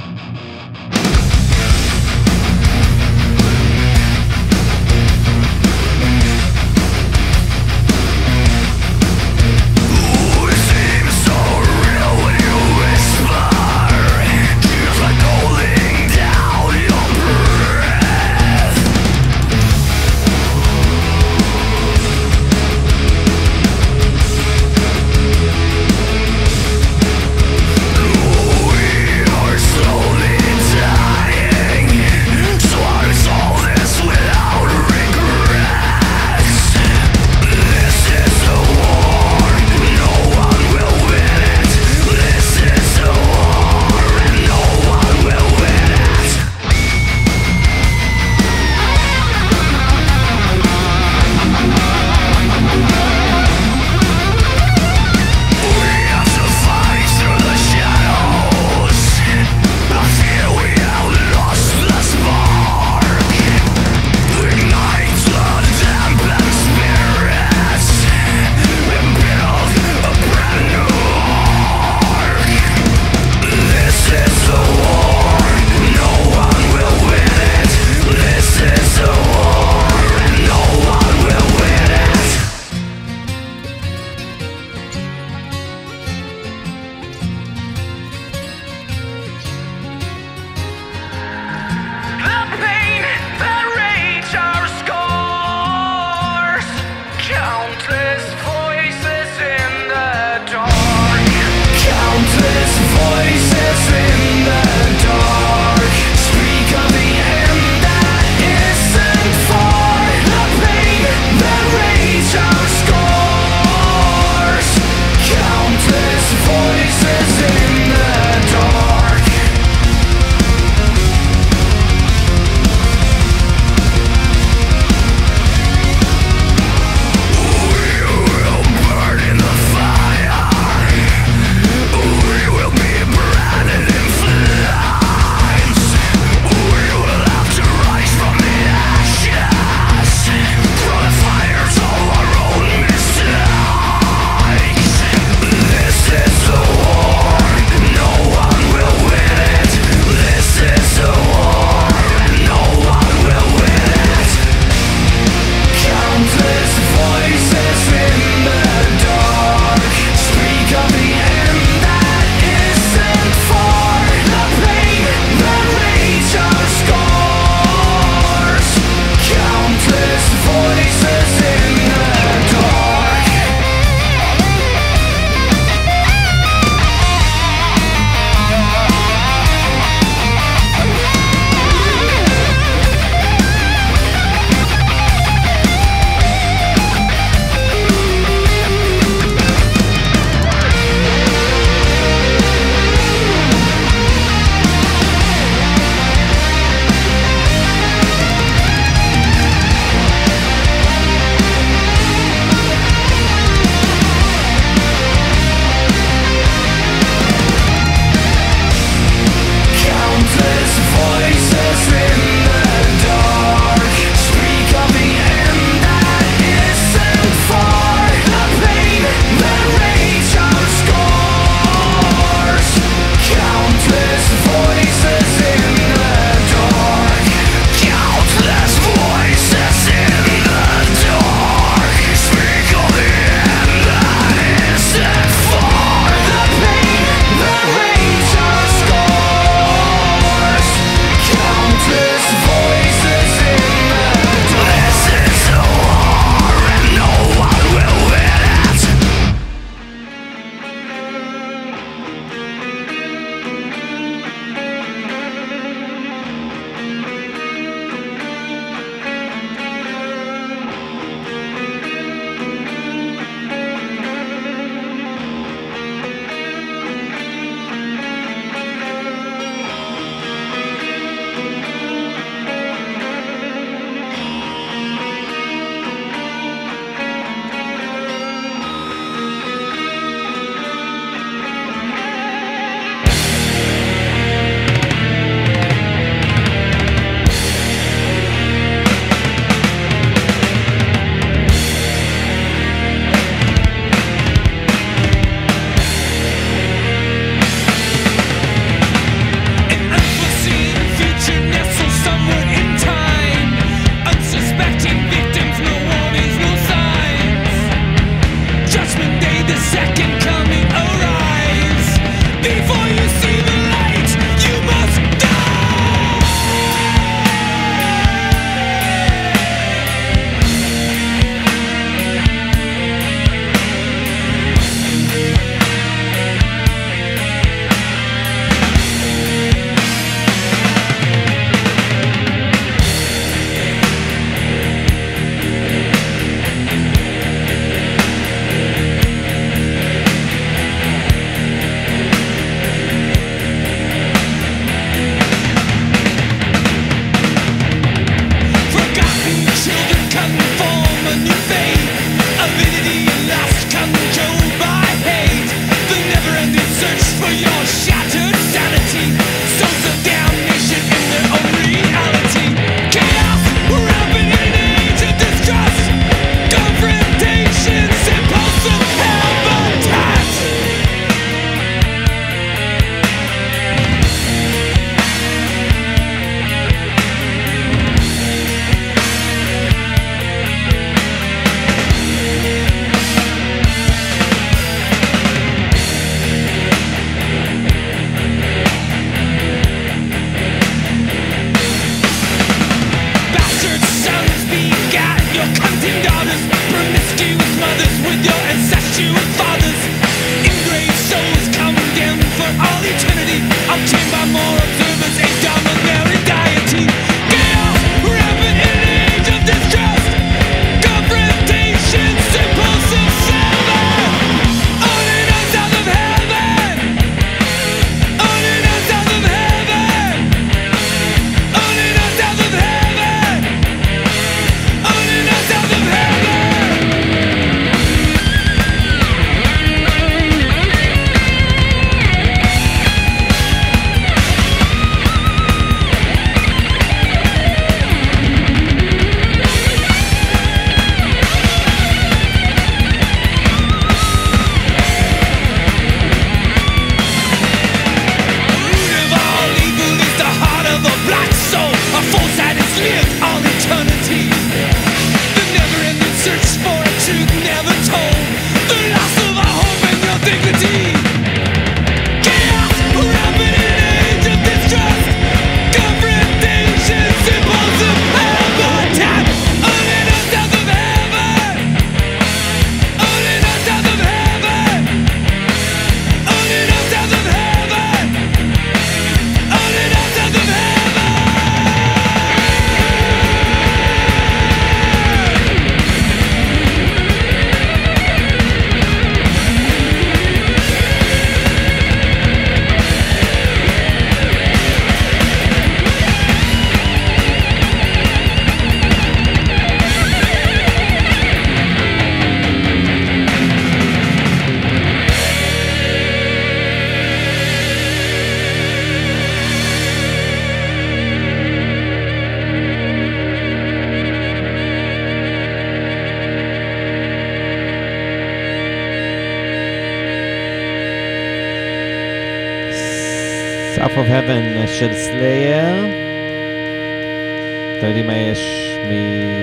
South of Heaven של סלייר. אתם יודעים מה יש מ...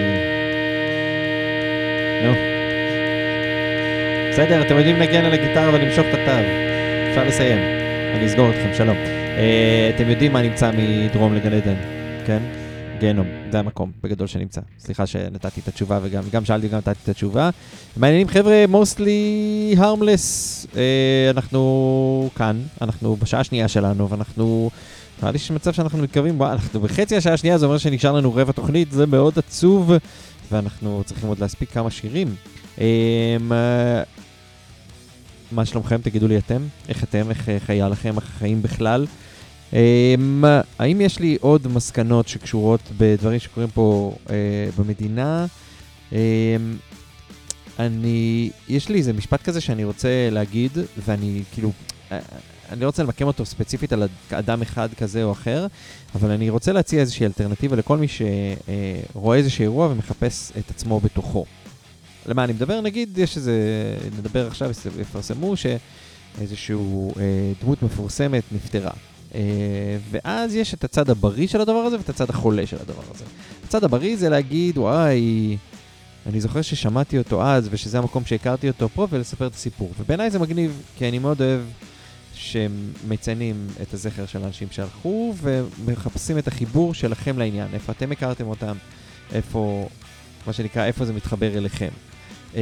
נו. בסדר, אתם יודעים לנגן על הגיטרה ולמשוך את התו. אפשר לסיים. אני אסגור אתכם, שלום. Uh, אתם יודעים מה נמצא מדרום לגן עדן, כן? גיהנום, זה המקום בגדול שנמצא. סליחה שנתתי את התשובה וגם גם שאלתי וגם נתתי את התשובה. מעניינים חבר'ה, mostly harmless. Uh, אנחנו כאן, אנחנו בשעה השנייה שלנו, ואנחנו... נראה לי שמצב שאנחנו מתקרבים, וואו, אנחנו בחצי השעה השנייה, זה אומר שנשאר לנו רבע תוכנית, זה מאוד עצוב, ואנחנו צריכים עוד להספיק כמה שירים. Um, uh, מה שלומכם? תגידו לי אתם, איך אתם, איך חיה לכם, איך חיים בכלל. Um, האם יש לי עוד מסקנות שקשורות בדברים שקורים פה uh, במדינה? Um, אני, יש לי איזה משפט כזה שאני רוצה להגיד, ואני כאילו, uh, אני לא רוצה למקם אותו ספציפית על אדם אחד כזה או אחר, אבל אני רוצה להציע איזושהי אלטרנטיבה לכל מי שרואה איזשהו אירוע ומחפש את עצמו בתוכו. למה אני מדבר? נגיד, יש איזה, נדבר עכשיו, יפרסמו שאיזשהו אה, דמות מפורסמת נפטרה. אה, ואז יש את הצד הבריא של הדבר הזה ואת הצד החולה של הדבר הזה. הצד הבריא זה להגיד, וואי, אני זוכר ששמעתי אותו אז, ושזה המקום שהכרתי אותו פה, ולספר את הסיפור. ובעיניי זה מגניב, כי אני מאוד אוהב שמציינים את הזכר של האנשים שהלכו, ומחפשים את החיבור שלכם לעניין. איפה אתם הכרתם אותם, איפה, מה שנקרא, איפה זה מתחבר אליכם. Uh,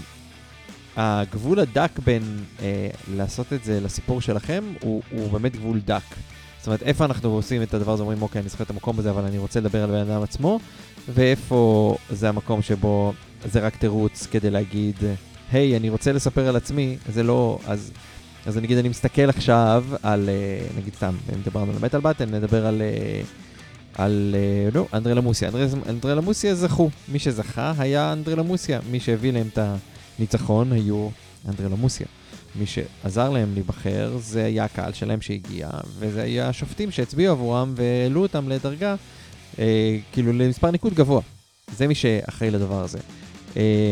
הגבול הדק בין uh, לעשות את זה לסיפור שלכם, הוא, הוא באמת גבול דק. זאת אומרת, איפה אנחנו עושים את הדבר הזה, אומרים, אוקיי, אני זוכר את המקום הזה, אבל אני רוצה לדבר על בן אדם עצמו, ואיפה זה המקום שבו זה רק תירוץ כדי להגיד, היי, אני רוצה לספר על עצמי, זה לא, אז, אז נגיד, אני מסתכל עכשיו על, uh, נגיד סתם, אם דיברנו על מטל בטן, נדבר על... Uh, על, לא, אנדרלה מוסיה. אנדרלה מוסיה זכו. מי שזכה היה אנדרלה מוסיה. מי שהביא להם את הניצחון היו אנדרלה מוסיה. מי שעזר להם להיבחר, זה היה הקהל שלהם שהגיע, וזה היה השופטים שהצביעו עבורם והעלו אותם לדרגה, אה, כאילו למספר ניקוד גבוה. זה מי שאחראי לדבר הזה. אה,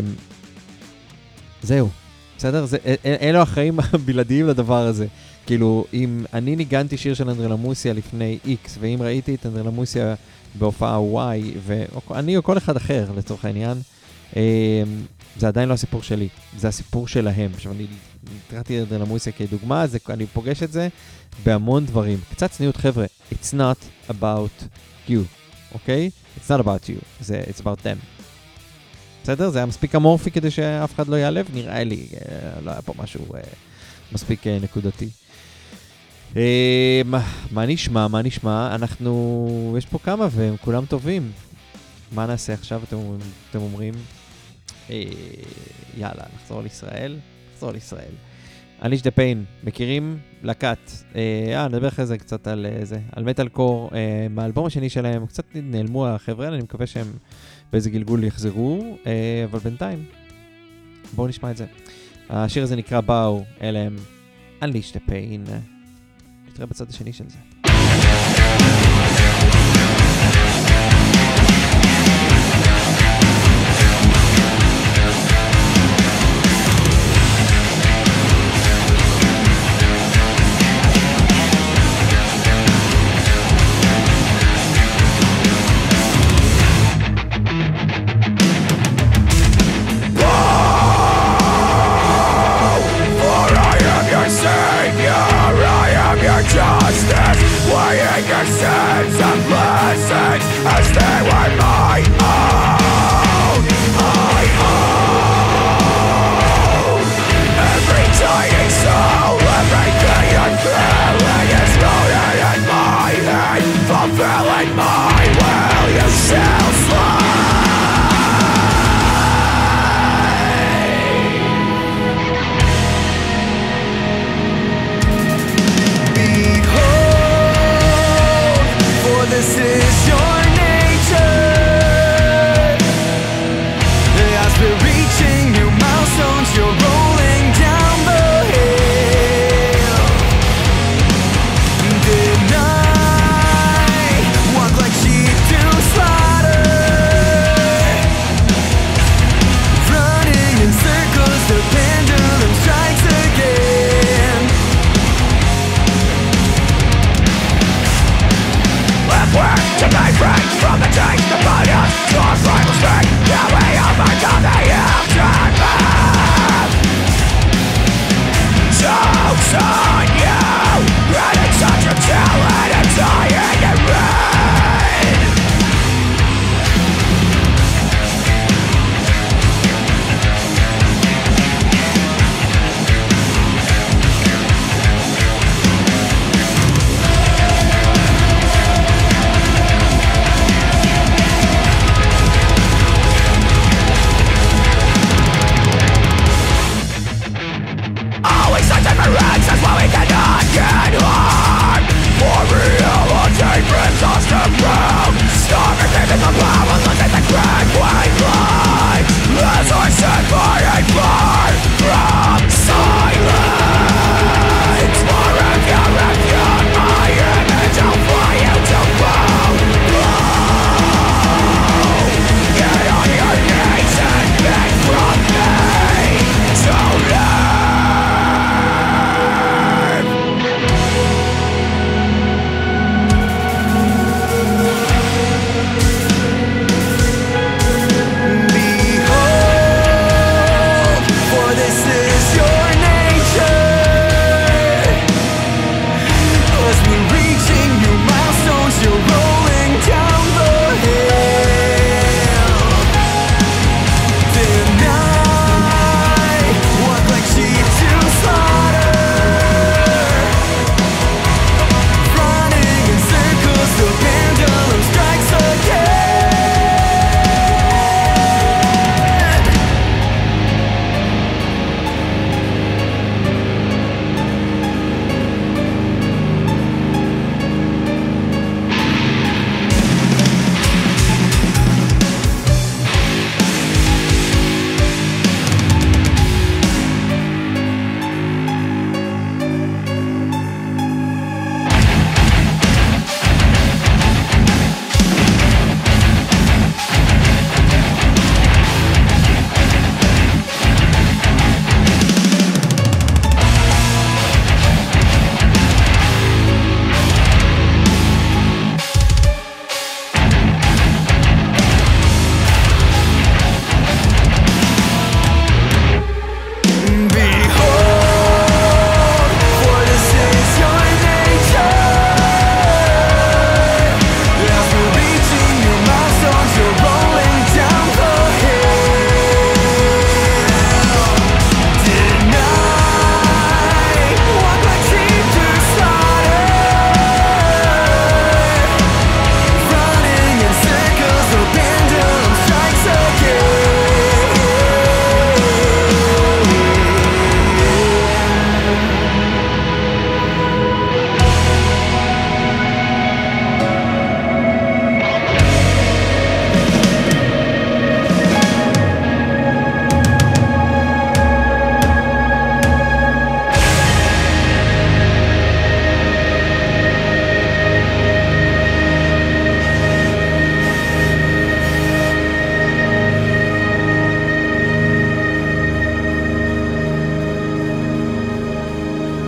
זהו. בסדר? זה, אל, אלו האחראים הבלעדיים לדבר הזה. כאילו, אם אני ניגנתי שיר של אנדרלה מוסיה לפני X, ואם ראיתי את אנדרלה מוסיה בהופעה Y, ואני או כל אחד אחר, לצורך העניין, זה עדיין לא הסיפור שלי, זה הסיפור שלהם. עכשיו, אני נתרעתי את אנדרלה מוסיה כדוגמה, זה, אני פוגש את זה בהמון דברים. קצת צניעות, חבר'ה, it's not about you, אוקיי? Okay? It's not about you, זה, it's about them. בסדר? זה היה מספיק אמורפי כדי שאף אחד לא יעלב? נראה לי, לא היה פה משהו מספיק נקודתי. מה נשמע? מה נשמע? אנחנו, יש פה כמה והם כולם טובים. מה נעשה עכשיו? אתם, אתם אומרים, יאללה, נחזור לישראל. נחזור לישראל. Unleash the Pain, מכירים? לקט. אה, נדבר אחרי זה קצת על זה, על מטל קור. מהאלבום השני שלהם, קצת נעלמו החבר'ה, אני מקווה שהם באיזה גלגול יחזרו, אבל בינתיים, בואו נשמע את זה. השיר הזה נקרא באו, אלה הם Unleash the Pain. נתראה בצד השני של זה. Savior, I am your justice.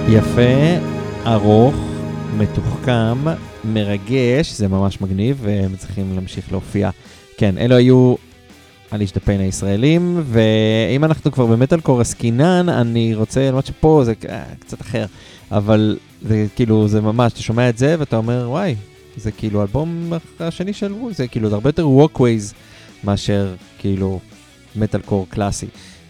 יפה, ארוך, מתוחכם, מרגש, זה ממש מגניב, והם צריכים להמשיך להופיע. כן, אלו היו אליש דה פיין הישראלים, ואם אנחנו כבר במטאלקור עסקינן, אני רוצה, למרות שפה זה אה, קצת אחר, אבל זה כאילו, זה ממש, אתה שומע את זה ואתה אומר, וואי, זה כאילו אלבום השני של ווי, זה כאילו הרבה יותר walkways מאשר כאילו מטאלקור קלאסי.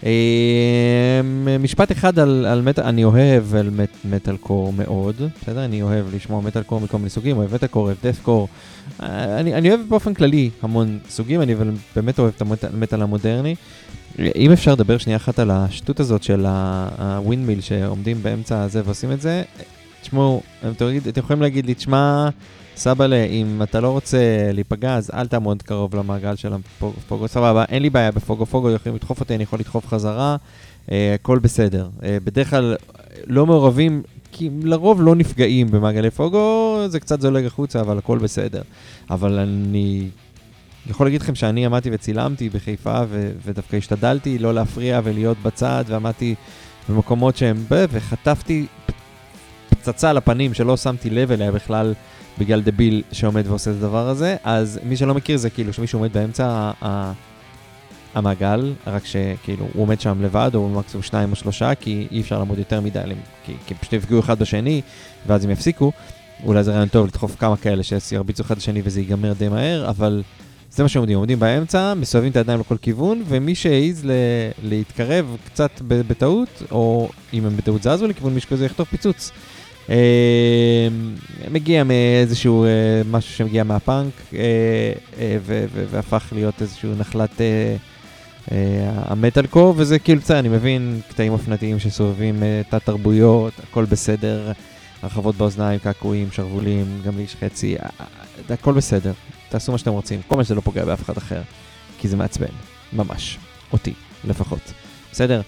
משפט אחד על, על מטאל, אני אוהב על מט, מטאלקור מאוד, בסדר? אני אוהב לשמוע מטאלקור מכל מיני סוגים, אוהב מטאלקור, אוהב דאת'קור, אני, אני אוהב באופן כללי המון סוגים, אני באמת אוהב את המטאל המודרני. אם אפשר לדבר שנייה אחת על השטות הזאת של הווינמיל שעומדים באמצע הזה ועושים את זה, תשמעו, אתם יכולים להגיד לי, תשמע, סבאלה, אם אתה לא רוצה להיפגע, אז אל תעמוד קרוב למעגל של הפוגו, סבבה, אין לי בעיה בפוגו, פוגו יכולים לדחוף אותי, אני יכול לדחוף חזרה, אה, הכל בסדר. אה, בדרך כלל לא מעורבים, כי לרוב לא נפגעים במעגלי פוגו, זה קצת זולג החוצה, אבל הכל בסדר. אבל אני יכול להגיד לכם שאני עמדתי וצילמתי בחיפה, ו- ודווקא השתדלתי לא להפריע ולהיות בצד, ועמדתי במקומות שהם ב- וחטפתי פצצה על הפנים שלא שמתי לב אליה בכלל, בגלל דביל שעומד ועושה את הדבר הזה. אז מי שלא מכיר זה כאילו שמישהו עומד באמצע המעגל, רק שכאילו הוא עומד שם לבד, או מקסימום שניים או שלושה, כי אי אפשר לעמוד יותר מדי, כי, כי פשוט יפגעו אחד בשני, ואז הם יפסיקו. אולי זה רעיון טוב לדחוף כמה כאלה שירביצו אחד לשני וזה ייגמר די מהר, אבל זה מה שעומדים, עומדים באמצע, מסובבים את הידיים לכל כיוון, ומי שהעיז ל- להתקרב קצת בטעות, או אם הם בטעות זזו לכיוון מישהו כזה יחטוף פיצוץ. מגיע מאיזשהו משהו שמגיע מהפאנק והפך להיות איזשהו נחלת המטאלקור, וזה כאילו צער, אני מבין קטעים אופנתיים שסובבים תת תרבויות, הכל בסדר, הרחבות באוזניים, קעקועים, שרבולים, גם לאיש חצי, הכל בסדר, תעשו מה שאתם רוצים, כל מה שזה לא פוגע באף אחד אחר, כי זה מעצבן, ממש, אותי לפחות, בסדר?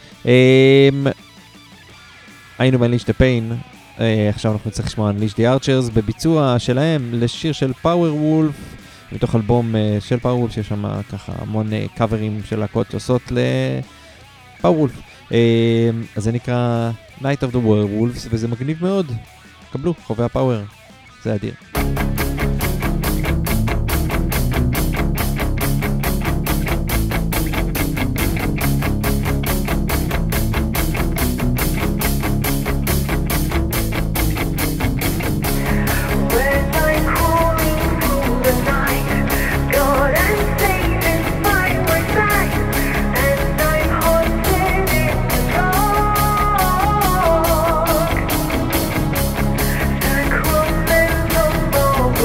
היינו באליש דה פיין, Uh, עכשיו אנחנו נצטרך לשמוע Unleash the Archers בביצוע שלהם לשיר של Powerwolf, מתוך אלבום uh, של Powerwolf שיש שם ככה המון uh, קאברים של להקות עושות ל-Powerwolf. Uh, אז זה נקרא Night of the Werewolves, וזה מגניב מאוד. קבלו, חובי הפאוור, זה אדיר. Oh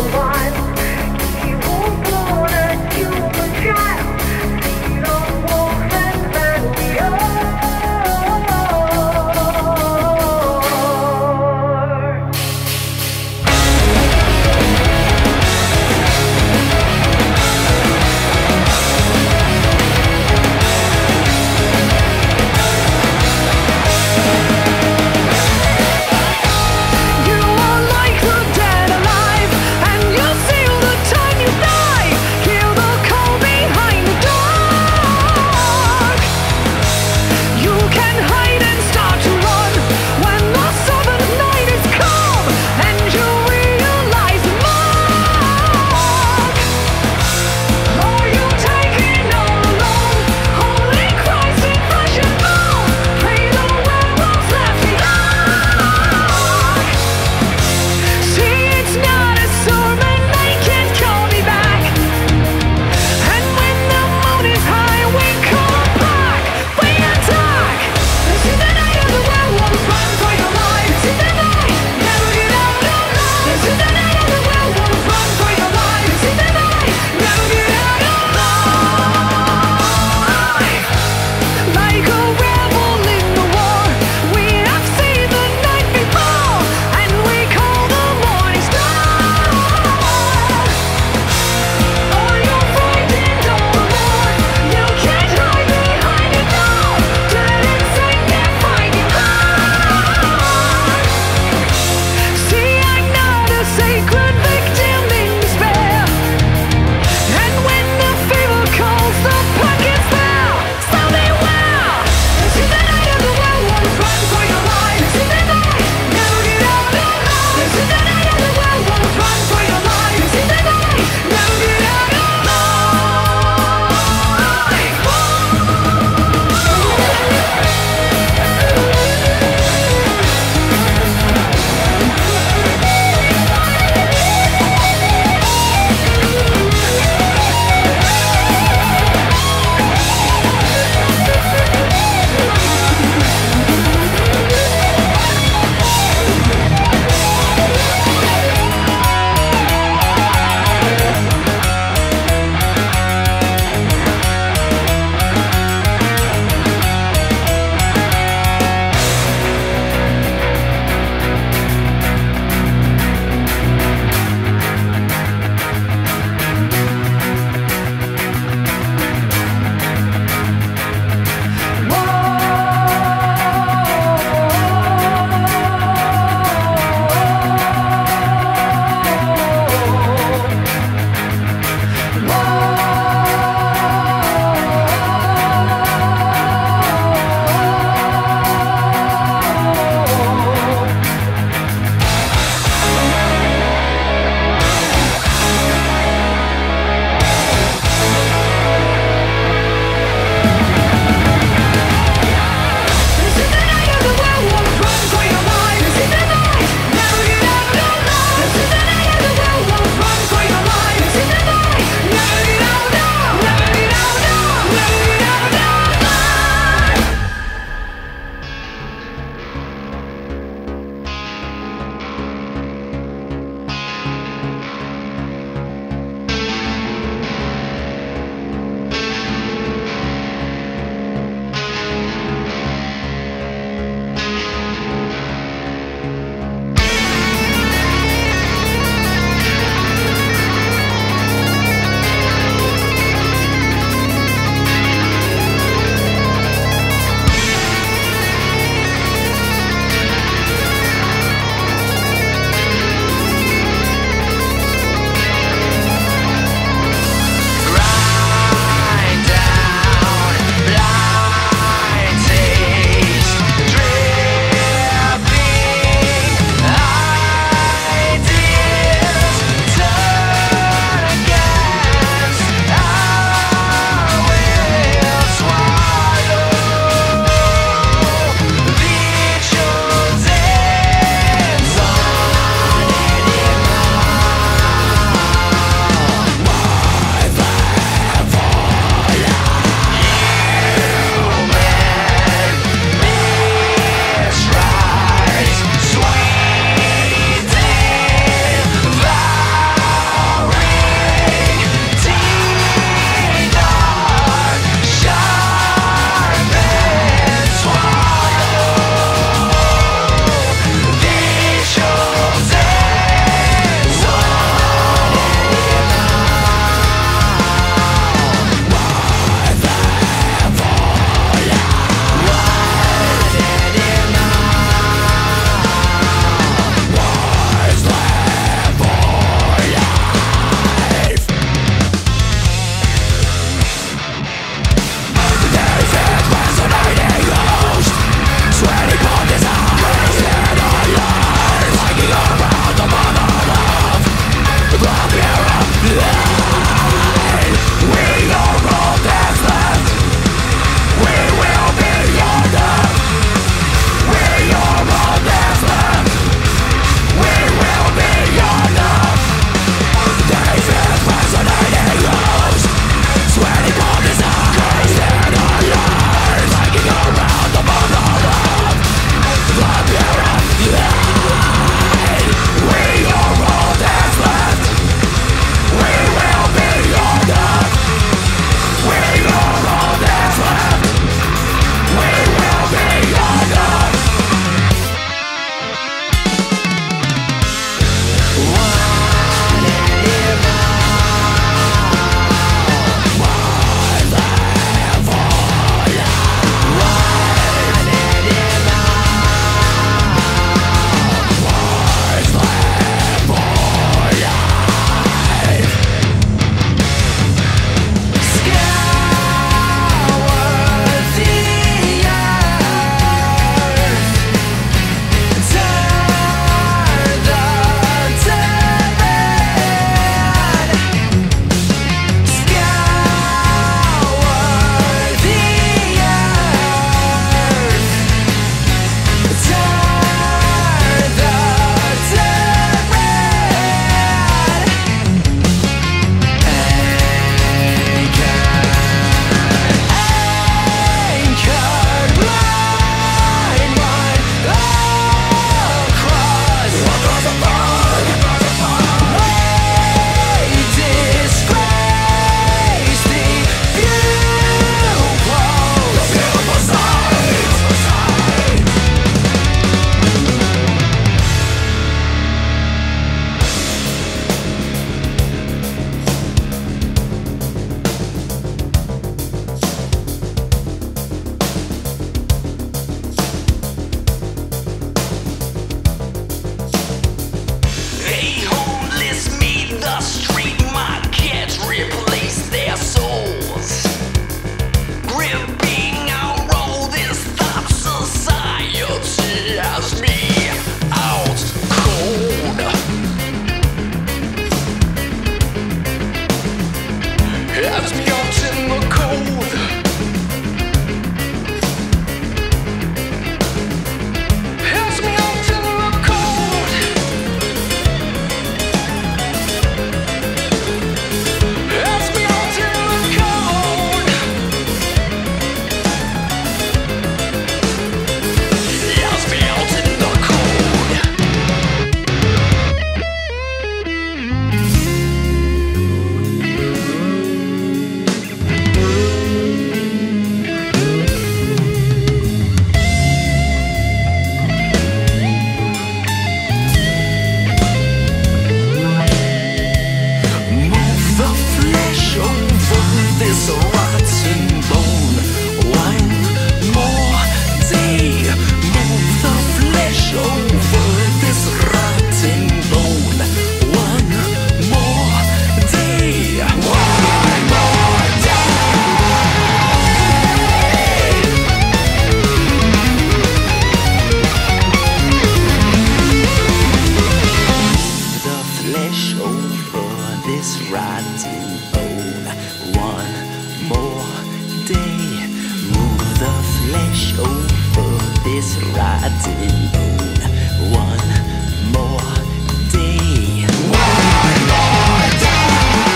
show for this riding moon. One more day. One more day.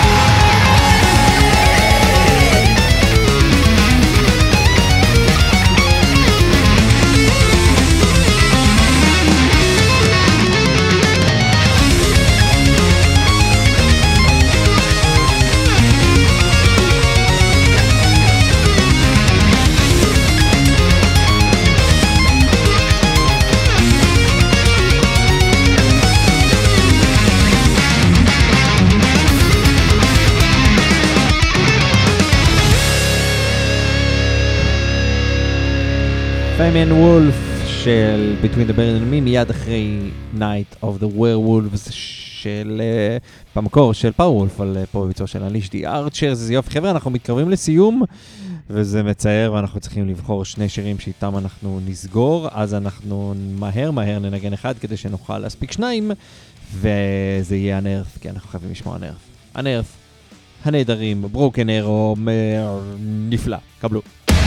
פיימן וולף של Between the Barrel and Me, מיד אחרי Night of the Werewolves של, uh, במקור של פאוורולף, על uh, פה בביצוע של Unleash the Archers. זה יופי. חבר'ה, אנחנו מתקרבים לסיום, וזה מצער, ואנחנו צריכים לבחור שני שירים שאיתם אנחנו נסגור, אז אנחנו מהר מהר ננגן אחד כדי שנוכל להספיק שניים, וזה יהיה Unearth, כי אנחנו חייבים לשמוע Unearth. Unearth, הנהדרים, Broken Arrow, נפלא, קבלו.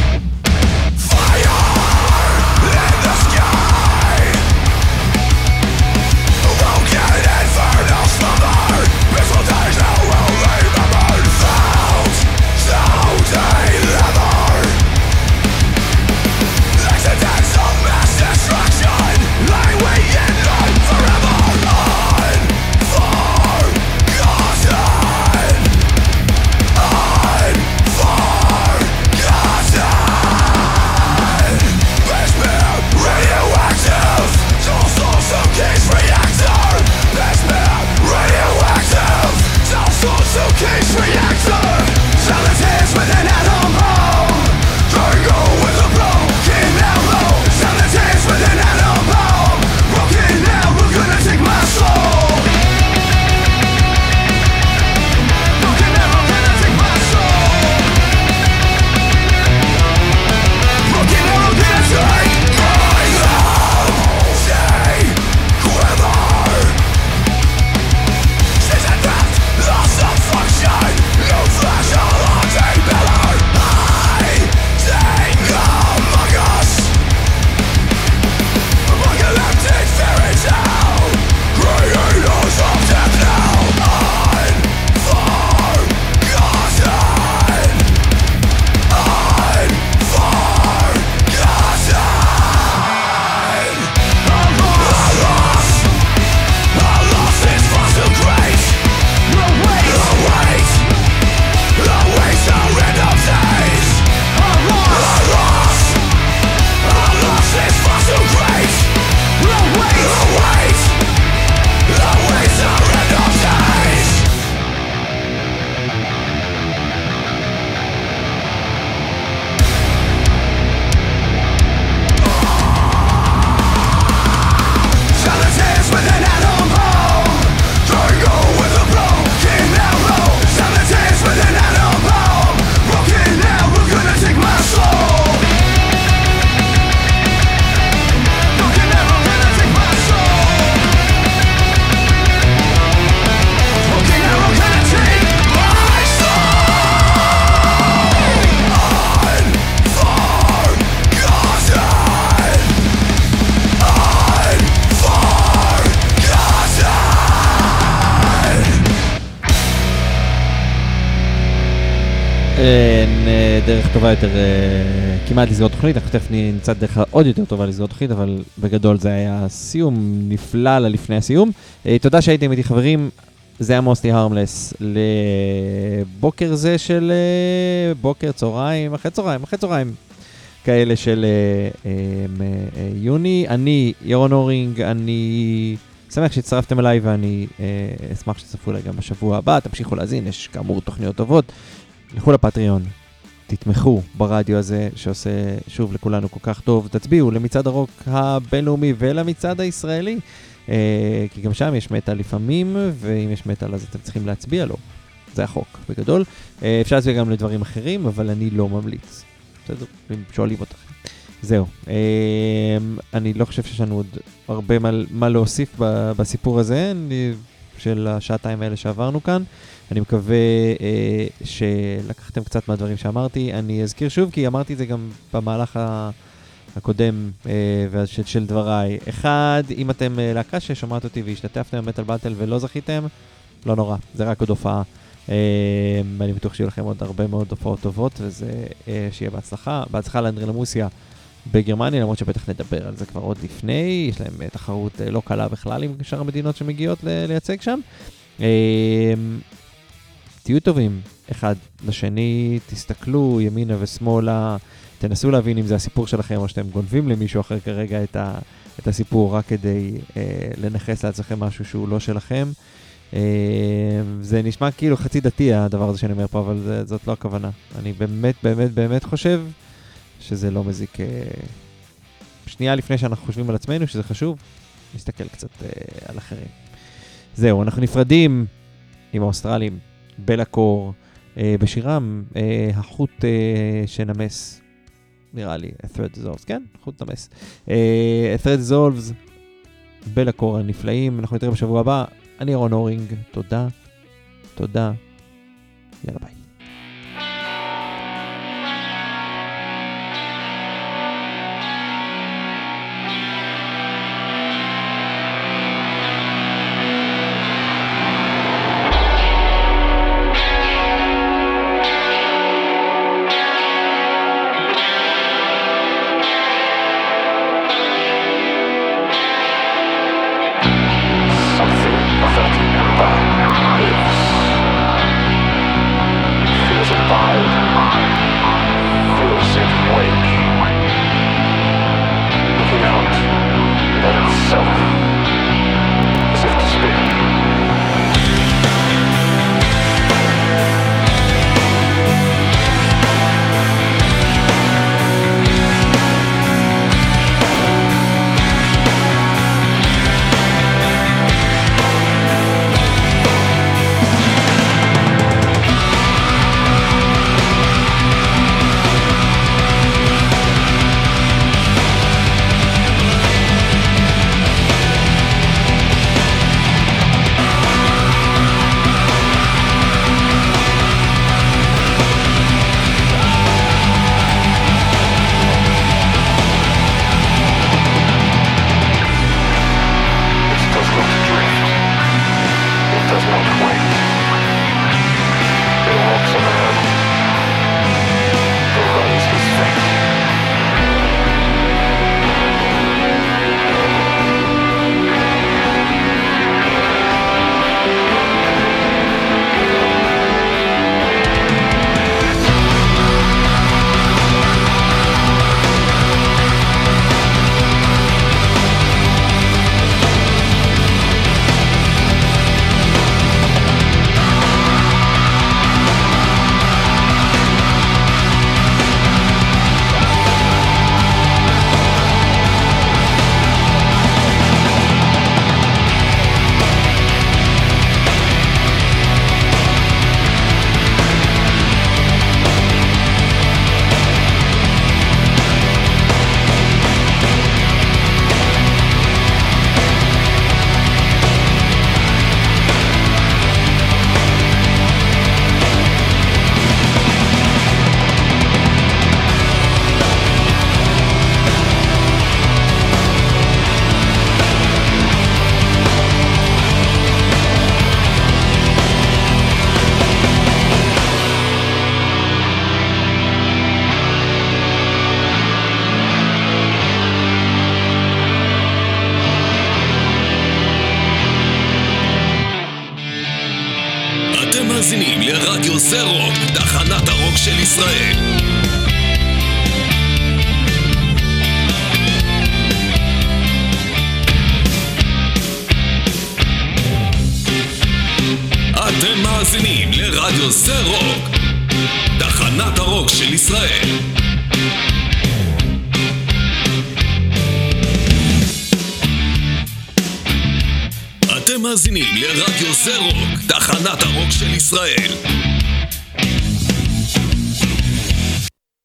אין דרך טובה יותר כמעט לסגור תוכנית, אנחנו תכף נמצא דרך עוד יותר טובה לסגור תוכנית, אבל בגדול זה היה סיום נפלא ללפני הסיום. תודה שהייתם איתי חברים, זה היה Mostly Harmless לבוקר זה של בוקר, צהריים, אחרי צהריים, אחרי צהריים כאלה של יוני. אני ירון אורינג, אני שמח שהצטרפתם אליי ואני אשמח שתצטרפו אליי גם בשבוע הבא, תמשיכו להזין, יש כאמור תוכניות טובות. לכו לפטריון, תתמכו ברדיו הזה שעושה שוב לכולנו כל כך טוב, תצביעו למצעד הרוק הבינלאומי ולמצעד הישראלי, אה, כי גם שם יש מטל לפעמים, ואם יש מטל אז אתם צריכים להצביע לו, זה החוק בגדול. אה, אפשר להצביע גם לדברים אחרים, אבל אני לא ממליץ, בסדר, אם שואלים אותך. זהו, אה, אני לא חושב שיש לנו עוד הרבה מה, מה להוסיף ב, בסיפור הזה, אני, של השעתיים האלה שעברנו כאן. אני מקווה אה, שלקחתם קצת מהדברים שאמרתי. אני אזכיר שוב, כי אמרתי את זה גם במהלך הקודם אה, של, של דבריי. אחד, אם אתם אה, להקה ששמעת אותי והשתתפתם במטל באטל ולא זכיתם, לא נורא, זה רק עוד הופעה. אה, אני בטוח שיהיו לכם עוד הרבה מאוד הופעות טובות, וזה אה, שיהיה בהצלחה. בהצלחה לאנדרלמוסיה בגרמניה, למרות שבטח נדבר על זה כבר עוד לפני. יש להם אה, תחרות אה, לא קלה בכלל עם שאר המדינות שמגיעות ל- לייצג שם. אה, תהיו טובים אחד לשני, תסתכלו ימינה ושמאלה, תנסו להבין אם זה הסיפור שלכם או שאתם גונבים למישהו אחר כרגע את, ה, את הסיפור רק כדי אה, לנחס לעצמכם משהו שהוא לא שלכם. אה, זה נשמע כאילו חצי דתי הדבר הזה שאני אומר פה, אבל זה, זאת לא הכוונה. אני באמת באמת באמת חושב שזה לא מזיק. אה, שנייה לפני שאנחנו חושבים על עצמנו שזה חשוב, נסתכל קצת אה, על אחרים. זהו, אנחנו נפרדים עם האוסטרלים. בלקור, אה, בשירם, אה, החוט אה, שנמס, נראה לי, A Thread Dissolves, כן? חוט נמס. אה, A Thread Dissolves, בלקור הנפלאים, אנחנו נתראה בשבוע הבא. אני רון אורינג, תודה, תודה, יאללה ביי. מאזינים לרדיו זה רוק, תחנת הרוק של ישראל. אתם מאזינים לרדיו זה רוק, תחנת הרוק של ישראל. אתם מאזינים לרדיו זה רוק, תחנת הרוק של ישראל.